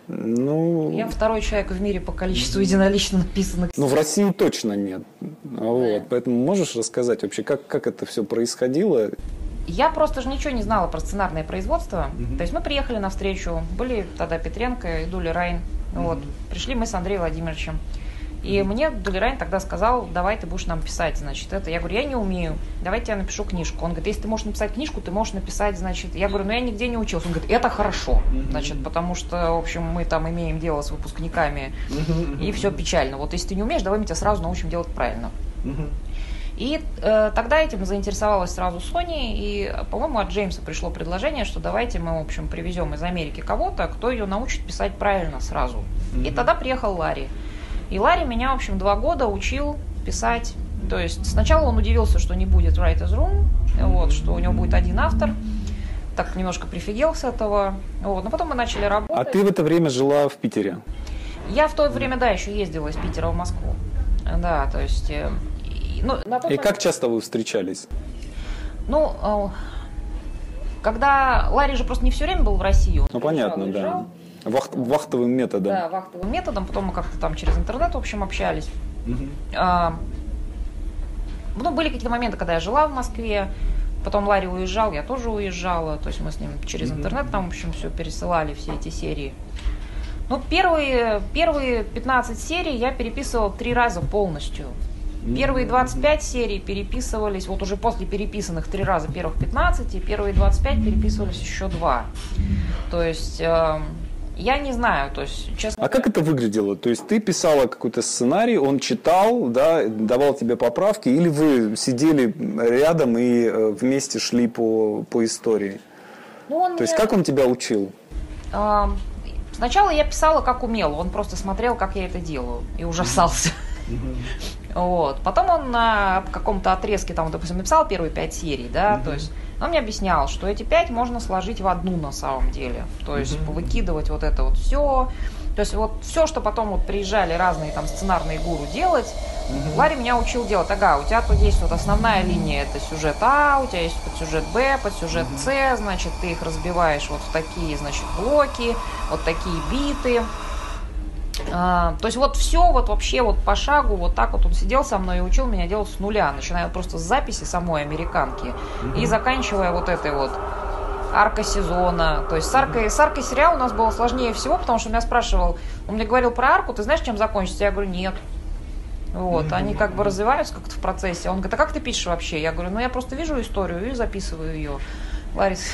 Ну, Я второй человек в мире по количеству единолично написанных. ну, в России точно нет. Вот. Поэтому можешь рассказать вообще, как это все происходило? Я просто же ничего не знала про сценарное производство. То есть мы приехали на встречу, были тогда Петренко и Дули Райн. Вот. Пришли мы с Андреем Владимировичем. И мне Дули Райн тогда сказал: давай ты будешь нам писать, значит, это. Я говорю: я не умею, давайте я напишу книжку. Он говорит: если ты можешь написать книжку, ты можешь написать, значит. Я говорю: ну я нигде не учился. Он говорит: это хорошо, значит, потому что, в общем, мы там имеем дело с выпускниками, и все печально. Вот если ты не умеешь, давай мы тебя сразу научим делать правильно. И тогда этим заинтересовалась сразу Sony, и, по-моему, от Джеймса пришло предложение, что давайте мы, в общем, привезем из Америки кого-то, кто ее научит писать правильно сразу. И тогда приехал Ларри. И Ларри меня, в общем, 2 года учил писать. То есть сначала он удивился, что не будет Writer's Room, вот, что у него будет один автор. Так немножко прифигел с этого. Вот. Но потом мы начали работать. А ты в это время жила в Питере? Я в то время, да, еще ездила из Питера в Москву. Да, то есть... И как часто вы встречались? Ну, когда Ларри же просто не все время был в России. Он понятно, уезжал. Да. Вахтовым методом. Да, вахтовым методом. Потом мы как-то там через интернет, в общем, общались. Ну, были какие-то моменты, когда я жила в Москве. Потом Ларри уезжал, я тоже уезжала. То есть мы с ним через интернет там, в общем, все пересылали, все эти серии. Ну, первые 15 серий я переписывала 3 раза полностью. Первые 25 серий переписывались, вот уже после переписанных 3 раза первых 15, и первые 25 переписывались еще 2. То есть, я не знаю, то есть, честно. А как это выглядело? То есть ты писала какой-то сценарий, он читал, да, давал тебе поправки, или вы сидели рядом и вместе шли по истории? То есть как он тебя учил? Сначала я писала как умела, он просто смотрел, как я это делаю, и ужасался. Вот. Потом он на каком-то отрезке, там, допустим, написал первые 5 серий, да, то есть он мне объяснял, что эти 5 можно сложить в одну на самом деле, то есть повыкидывать вот это вот все. То есть вот все, что потом вот приезжали разные там сценарные гуру делать, Ларри меня учил делать. Ага, у тебя тут есть вот основная линия, это сюжет А, у тебя есть подсюжет Б, подсюжет С, значит, ты их разбиваешь вот в такие, значит, блоки, вот такие биты. То есть вот все вот вообще вот по шагу вот так вот он сидел со мной и учил меня делать с нуля, начиная просто с записи самой американки и заканчивая вот этой вот арка сезона. То есть с аркой сериала у нас было сложнее всего, потому что он меня спрашивал, он мне говорил про арку, ты знаешь, чем закончится? Я говорю: нет. Вот, они как бы развиваются как-то в процессе. Он говорит: а как ты пишешь вообще? Я говорю: ну я просто вижу историю и записываю ее. Ларис.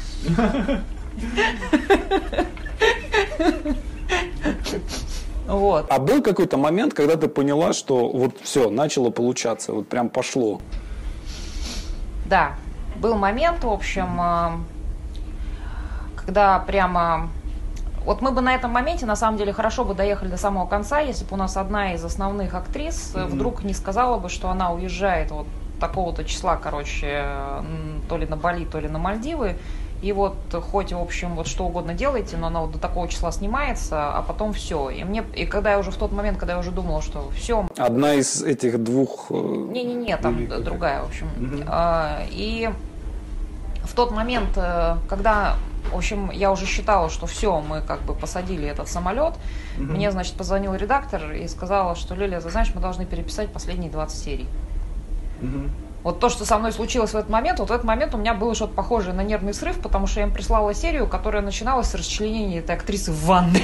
Вот. А был какой-то момент, когда ты поняла, что вот все, начало получаться, вот прям пошло? Да, был момент, в общем, когда прямо... Вот мы бы на этом моменте, на самом деле, хорошо бы доехали до самого конца, если бы у нас одна из основных актрис вдруг не сказала бы, что она уезжает вот такого-то числа, короче, то ли на Бали, то ли на Мальдивы. И вот хоть, в общем, вот что угодно делайте, но она вот до такого числа снимается, а потом все. И когда я уже в тот момент, когда я уже думала, что все... Одна из этих двух... Не-не-не, там другая, в общем. И в тот момент, когда, в общем, я уже считала, что все, мы как бы посадили этот самолет, мне, значит, позвонил редактор и сказала, что: Лиля, ты знаешь, мы должны переписать последние 20 серий. Вот то, что со мной случилось в этот момент, вот в этот момент у меня было что-то похожее на нервный срыв, потому что я им прислала серию, которая начиналась с расчленения этой актрисы в ванной.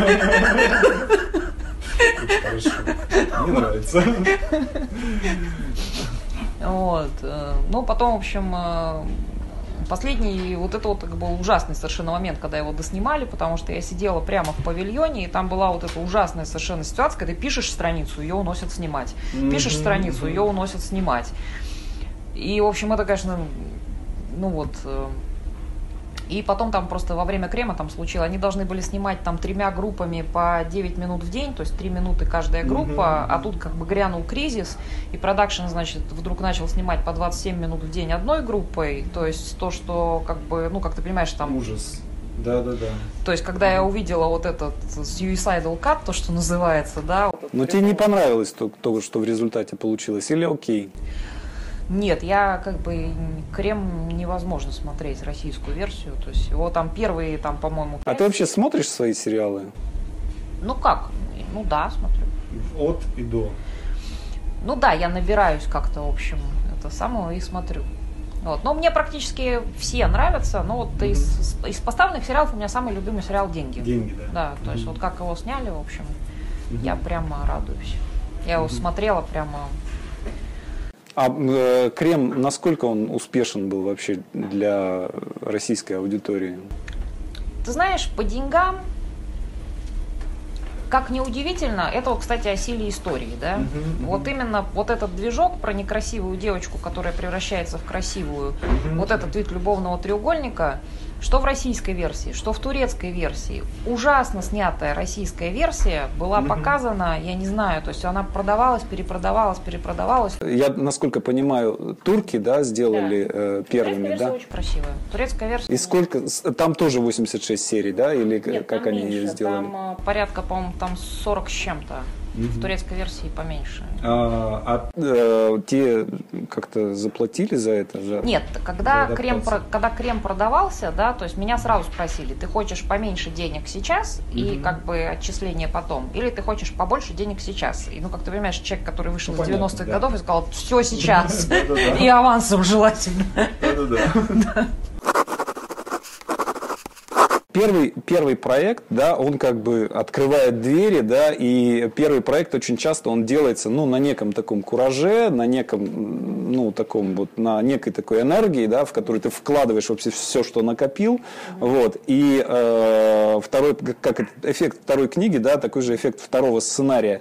Хорошо. Мне нравится. Вот. Ну, потом, в общем, последний, вот это вот был ужасный совершенно момент, когда его доснимали, потому что я сидела прямо в павильоне, и там была вот эта ужасная совершенно ситуация, когда ты пишешь страницу, ее уносят снимать. Пишешь страницу, ее уносят снимать. И, в общем, это, конечно, ну вот... И потом там просто во время крема там случилось, они должны были снимать там 3 группами по 9 минут в день, то есть 3 минуты каждая группа, а тут как бы грянул кризис, и продакшн, значит, вдруг начал снимать по 27 минут в день одной группой, то есть то, что как бы, ну, как ты понимаешь, там... Ужас. Да. То есть, когда я увидела вот этот suicidal cut, то, что называется, да... Вот но тебе не понравилось то, что в результате получилось, или окей? Нет, я как бы «Крем» невозможно смотреть, российскую версию. То есть его там первые, там, по-моему... А ты вообще смотришь свои сериалы? Ну как? Ну да, смотрю. От и до. Ну да, я набираюсь как-то, в общем, это самого и смотрю. Вот. Но мне практически все нравятся. Но вот из поставленных сериалов у меня самый любимый сериал «Деньги». «Деньги», да. Да, то есть вот как его сняли, в общем, я прямо радуюсь. Я его смотрела прямо... А «Крем», насколько он успешен был вообще для российской аудитории? Ты знаешь, по деньгам, как ни удивительно, это, вот, кстати, о силе истории, да? Вот именно вот этот движок про некрасивую девочку, которая превращается в красивую, вот этот вид любовного треугольника, что в российской версии, что в турецкой версии, ужасно снятая российская версия была показана, я не знаю, то есть она продавалась, перепродавалась. Я, насколько понимаю, турки, да, сделали первыми, турецкая да? очень красивая. Турецкая версия. И сколько? Там тоже 86 серий, да? Или Нет, как там они меньше, ее сделали? Там порядка, по-моему, там 40 с чем-то. В турецкой версии поменьше. Те как-то заплатили за это? Нет, когда за крем адаптацию. продавался, да, то есть меня сразу спросили, ты хочешь поменьше денег сейчас и как бы отчисление потом, или ты хочешь побольше денег сейчас? И, ну, как ты понимаешь, человек, который вышел из 90-х годов и сказал, все сейчас, и авансом желательно. Да-да-да. Первый проект, да, он как бы открывает двери, да, и первый проект очень часто он делается, ну, на неком таком кураже, на неком, ну, таком вот, на некой такой энергии, да, в которую ты вкладываешь вообще все, что накопил, вот, и второй, как эффект второй книги, да, такой же эффект второго сценария.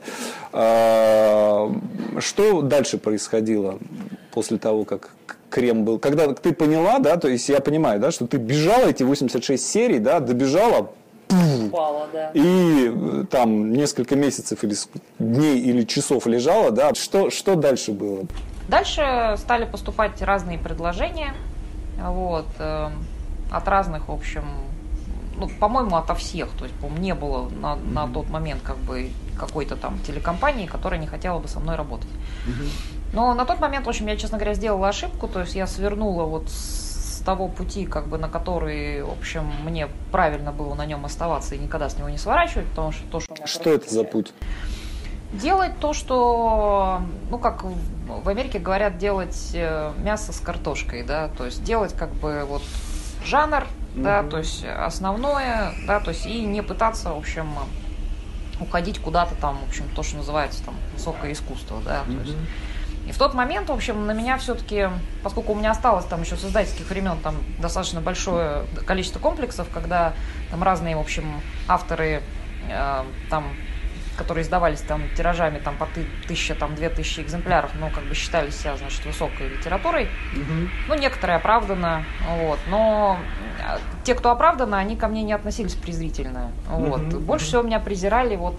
Что дальше происходило после того, как «Крем» был? Когда ты поняла, да, то есть я понимаю, да, что ты бежала эти 86 серий, да, добежала, Упала, да. и там несколько месяцев или дней или часов лежала, да, что дальше было? Дальше стали поступать разные предложения, вот, от разных, в общем, ну, по-моему, ото всех, то есть, по-моему, не было на тот момент как бы какой-то там телекомпании, которая не хотела бы со мной работать. Но на тот момент, в общем, я, честно говоря, сделала ошибку, то есть я свернула вот с того пути, как бы, на который, в общем, мне правильно было на нем оставаться и никогда с него не сворачивать, потому что то, что... Что это за путь? Делать то, что, ну, как в Америке говорят, делать мясо с картошкой, да, то есть делать как бы вот жанр, да, то есть основное, да, то есть и не пытаться, в общем, уходить куда-то там, в общем, то, что называется там высокое искусство, да, то есть. И в тот момент, в общем, на меня все-таки, поскольку у меня осталось там еще с издательских времен там достаточно большое количество комплексов, когда там разные, в общем, авторы там, которые издавались там тиражами там по 1000, там 2000 экземпляров, ну, как бы считали себя, значит, высокой литературой. Ну, некоторые оправданно, вот, но те, кто оправданно, они ко мне не относились презрительно, вот. Больше всего меня презирали вот...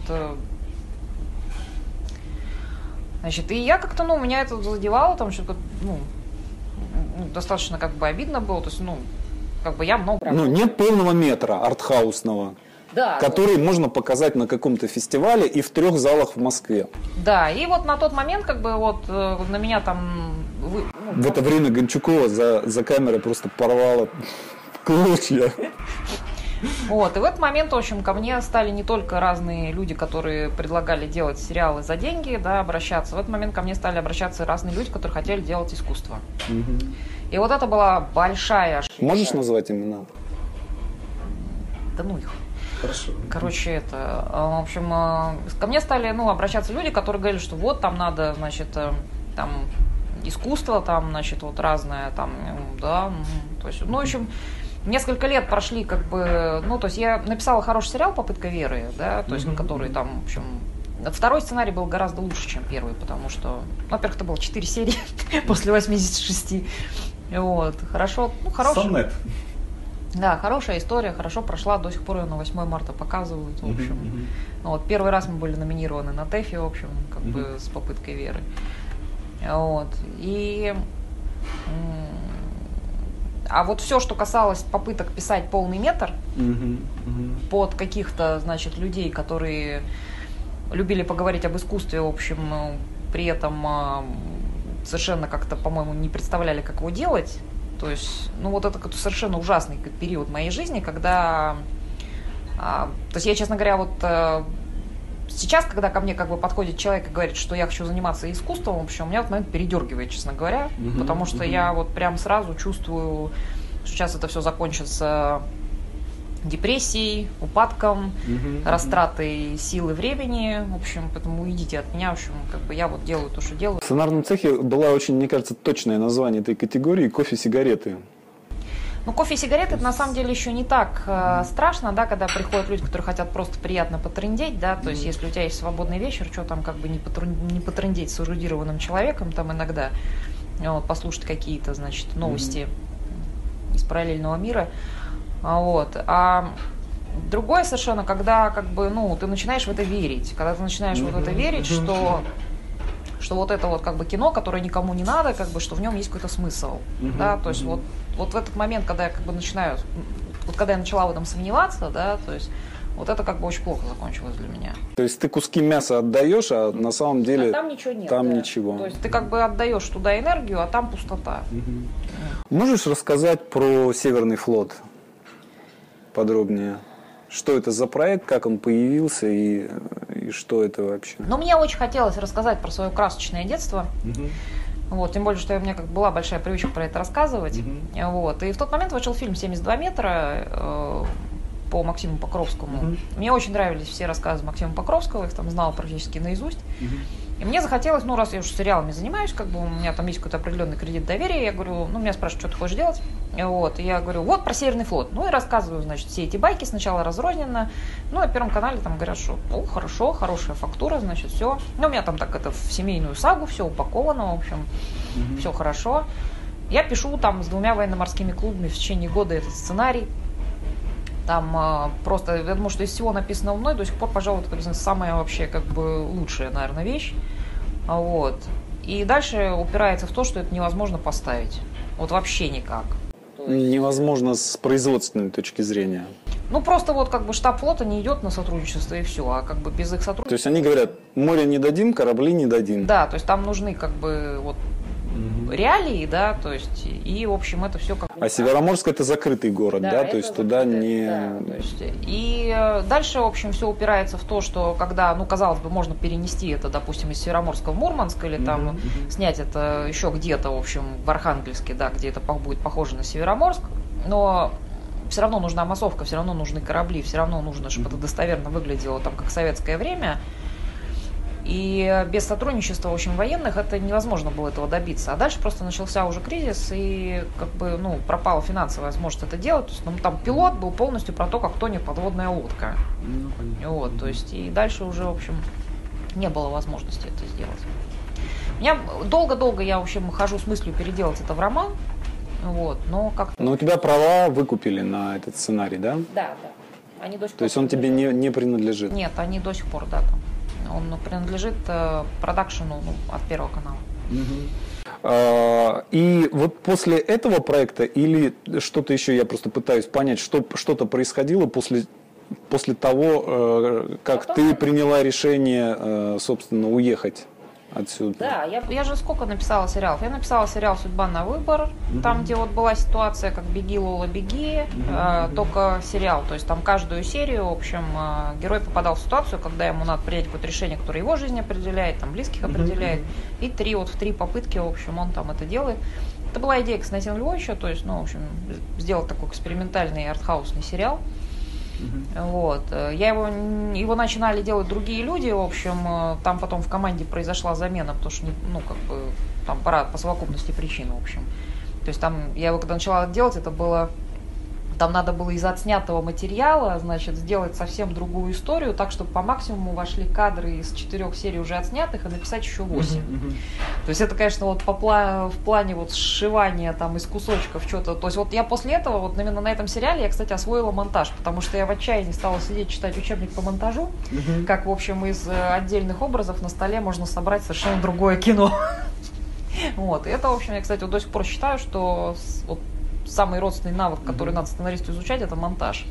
Значит, и я как-то, ну, меня это задевало, там что-то, ну, достаточно как бы обидно было, то есть, ну, как бы я много... Ну, нет полного метра артхаусного, да, который можно показать на каком-то фестивале и в 3 залах в Москве. Да, и вот на тот момент, как бы, вот, на меня там... В это время Гончукова за камерой просто порвала клочья. Вот, и в этот момент, в общем, ко мне стали не только разные люди, которые предлагали делать сериалы за деньги, да, обращаться. В этот момент ко мне стали обращаться разные люди, которые хотели делать искусство. И вот это была большая ошибка. Можешь назвать имена? Да ну их. Хорошо. Короче, это, в общем, ко мне стали, ну, обращаться люди, которые говорили, что вот там надо, значит, там искусство, там, значит, вот разное, там, да, то есть, ну, в общем, несколько лет прошли, как бы, ну, то есть я написала хороший сериал «Попытка веры», да, то есть, который там, в общем, второй сценарий был гораздо лучше, чем первый, потому что, во-первых, это было 4 серии после 86, вот, хорошо, ну, хороший. Сонет. Да, хорошая история, хорошо прошла, до сих пор ее на 8 марта показывают, в общем. Вот, первый раз мы были номинированы на ТЭФе, в общем, как бы с «Попыткой веры». Вот, и... А вот все, что касалось попыток писать полный метр под каких-то, значит, людей, которые любили поговорить об искусстве, в общем, при этом совершенно как-то, по-моему, не представляли, как его делать. То есть, ну, вот это совершенно ужасный период моей жизни, когда... То есть я, честно говоря, вот сейчас, когда ко мне как бы подходит человек и говорит, что я хочу заниматься искусством, в общем, у меня в этот момент передергивает, честно говоря, потому что я вот прям сразу чувствую, что сейчас это все закончится депрессией, упадком, растратой сил и времени, в общем, поэтому уйдите от меня, в общем, как бы я вот делаю то, что делаю. В сценарном цехе было очень, мне кажется, точное название этой категории – кофе-сигареты. Ну, кофе и сигареты, это на самом деле еще не так страшно, да, когда приходят люди, которые хотят просто приятно потрындеть, да, то есть если у тебя есть свободный вечер, что там как бы не потрындеть с эрудированным человеком там иногда, вот, послушать какие-то, значит, новости из параллельного мира, вот. А другое совершенно, когда как бы, ну, ты начинаешь в это верить, когда ты начинаешь вот в это верить, что вот это вот как бы кино, которое никому не надо, как бы, что в нем есть какой-то смысл, да, то есть вот в этот момент, когда я как бы начинаю, вот когда я начала в этом сомневаться, да, то есть вот это как бы очень плохо закончилось для меня. То есть ты куски мяса отдаешь, а на самом деле там ничего нет. Там да. ничего. То есть ты как бы отдаешь туда энергию, а там пустота. Можешь рассказать про Северный флот подробнее? Что это за проект, как он появился и что это вообще? Ну, мне очень хотелось рассказать про свое красочное детство. Вот, тем более, что у меня как была большая привычка про это рассказывать. Вот, и в тот момент вышел фильм «72 метра» по Максиму Покровскому. Мне очень нравились все рассказы Максима Покровского, их там знала практически наизусть. И мне захотелось, ну, раз я уже сериалами занимаюсь, как бы у меня там есть какой-то определенный кредит доверия, я говорю, ну, меня спрашивают, что ты хочешь делать? Вот, и я говорю, вот про Северный флот. Ну, и рассказываю, значит, все эти байки сначала разрозненно. Ну, на Первом канале там говорят, что, ну, хорошо, хорошая фактура, значит, все. Ну, у меня там так это в семейную сагу все упаковано, в общем, все хорошо. Я пишу там с 2 военно-морскими клубами в течение года этот сценарий. Там просто, я думаю, что из всего написанного мной до сих пор, пожалуй, это самая вообще как бы лучшая, наверное, вещь. Вот. И дальше упирается в то, что это невозможно поставить. Вот вообще никак. Невозможно с производственной точки зрения. Ну, просто вот как бы штаб флота не идет на сотрудничество и все, а как бы без их сотрудничества... То есть они говорят, море не дадим, корабли не дадим. Да, то есть там нужны как бы вот реалии, да, то есть, и, в общем, это все как... А Североморск это закрытый город, да, то есть туда не... Да, то есть, и дальше, в общем, все упирается в то, что когда, ну, казалось бы, можно перенести это, допустим, из Североморска в Мурманск или там снять это еще где-то, в общем, в Архангельске, да, где это будет похоже на Североморск, но все равно нужна массовка, все равно нужны корабли, все равно нужно, чтобы это достоверно выглядело там, как в советское время. И без сотрудничества, в общем, военных это невозможно было этого добиться. А дальше просто начался уже кризис, и как бы, ну, пропала финансовая возможность это делать. То есть, ну, там пилот был полностью про то, как тонет подводная лодка. Вот, то есть, и дальше уже, в общем, не было возможности это сделать. У меня долго-долго я, в общем, хожу с мыслью переделать это в роман. Вот, но как-то... Но у тебя права выкупили на этот сценарий, да? Да. Они до сих пор... То есть он тебе не принадлежит? Нет, они до сих пор, да, там. Он принадлежит продакшену от Первого канала. И вот после этого проекта или что-то еще, я просто пытаюсь понять, что-то происходило после того, как ты приняла решение, собственно, уехать отсюда? Да, я же сколько написала сериалов? Я написала сериал «Судьба на выбор», там, где вот была ситуация, как «Беги, Лола, беги», только сериал. То есть там каждую серию, в общем, герой попадал в ситуацию, когда ему надо принять какое-то решение, которое его жизнь определяет, там, близких определяет. И в 3 попытки, в общем, он там это делает. Это была идея Константина Львовича, то есть, ну, в общем, сделать такой экспериментальный артхаусный сериал. Вот. Его начинали делать другие люди, в общем, там потом в команде произошла замена, потому что, ну, как бы, там по совокупности причин, в общем. То есть там, я его когда начала делать, это было, там надо было из отснятого материала, значит, сделать совсем другую историю, так, чтобы по максимуму вошли кадры из 4 серий уже отснятых и написать еще 8. То есть это, конечно, вот в плане вот сшивания там из кусочков что-то. То есть вот я после этого, вот именно на этом сериале, я, кстати, освоила монтаж, потому что я в отчаянии стала сидеть, читать учебник по монтажу, как, в общем, из отдельных образов на столе можно собрать совершенно другое кино. Вот. И это, в общем, я, кстати, вот до сих пор считаю, что вот самый родственный навык, который надо сценаристу изучать, это монтаж.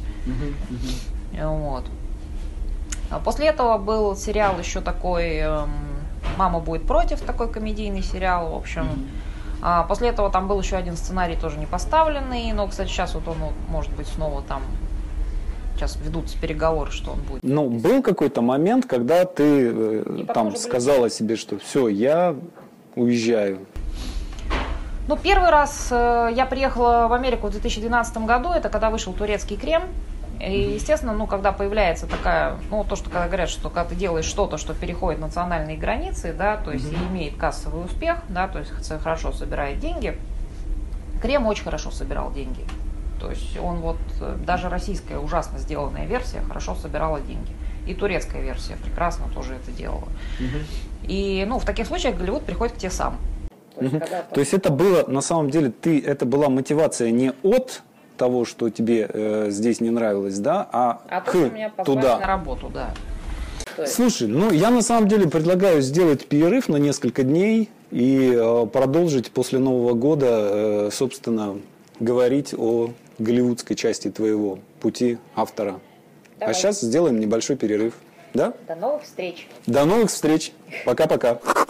Вот. А после этого был сериал еще такой «Мама будет против», такой комедийный сериал, в общем. После этого там был еще один сценарий, тоже не поставленный, но, кстати, сейчас вот он, может быть, снова там, сейчас ведутся переговоры, что он будет. Ну, был какой-то момент, когда ты там сказала себе, что все, я уезжаю. Ну, первый раз я приехала в Америку в 2012 году, это когда вышел «Турецкий крем». И, естественно, ну, когда появляется такая, ну, то, что когда говорят, что когда ты делаешь что-то, что переходит национальные границы, да, то есть и имеет кассовый успех, да, то есть хорошо собирает деньги, «Крем» очень хорошо собирал деньги. То есть он вот, даже российская ужасно сделанная версия хорошо собирала деньги. И турецкая версия прекрасно тоже это делала. И, ну, в таких случаях Голливуд приходит к тебе сам. То есть это было, на самом деле, это была мотивация не от того, что тебе здесь не нравилось, да, а то, что меня позвали туда. На работу, да. Слушай, ну я на самом деле предлагаю сделать перерыв на несколько дней и продолжить после Нового года, собственно, говорить о голливудской части твоего пути автора. Давай. А сейчас сделаем небольшой перерыв. Да? До новых встреч. До новых встреч. Пока-пока.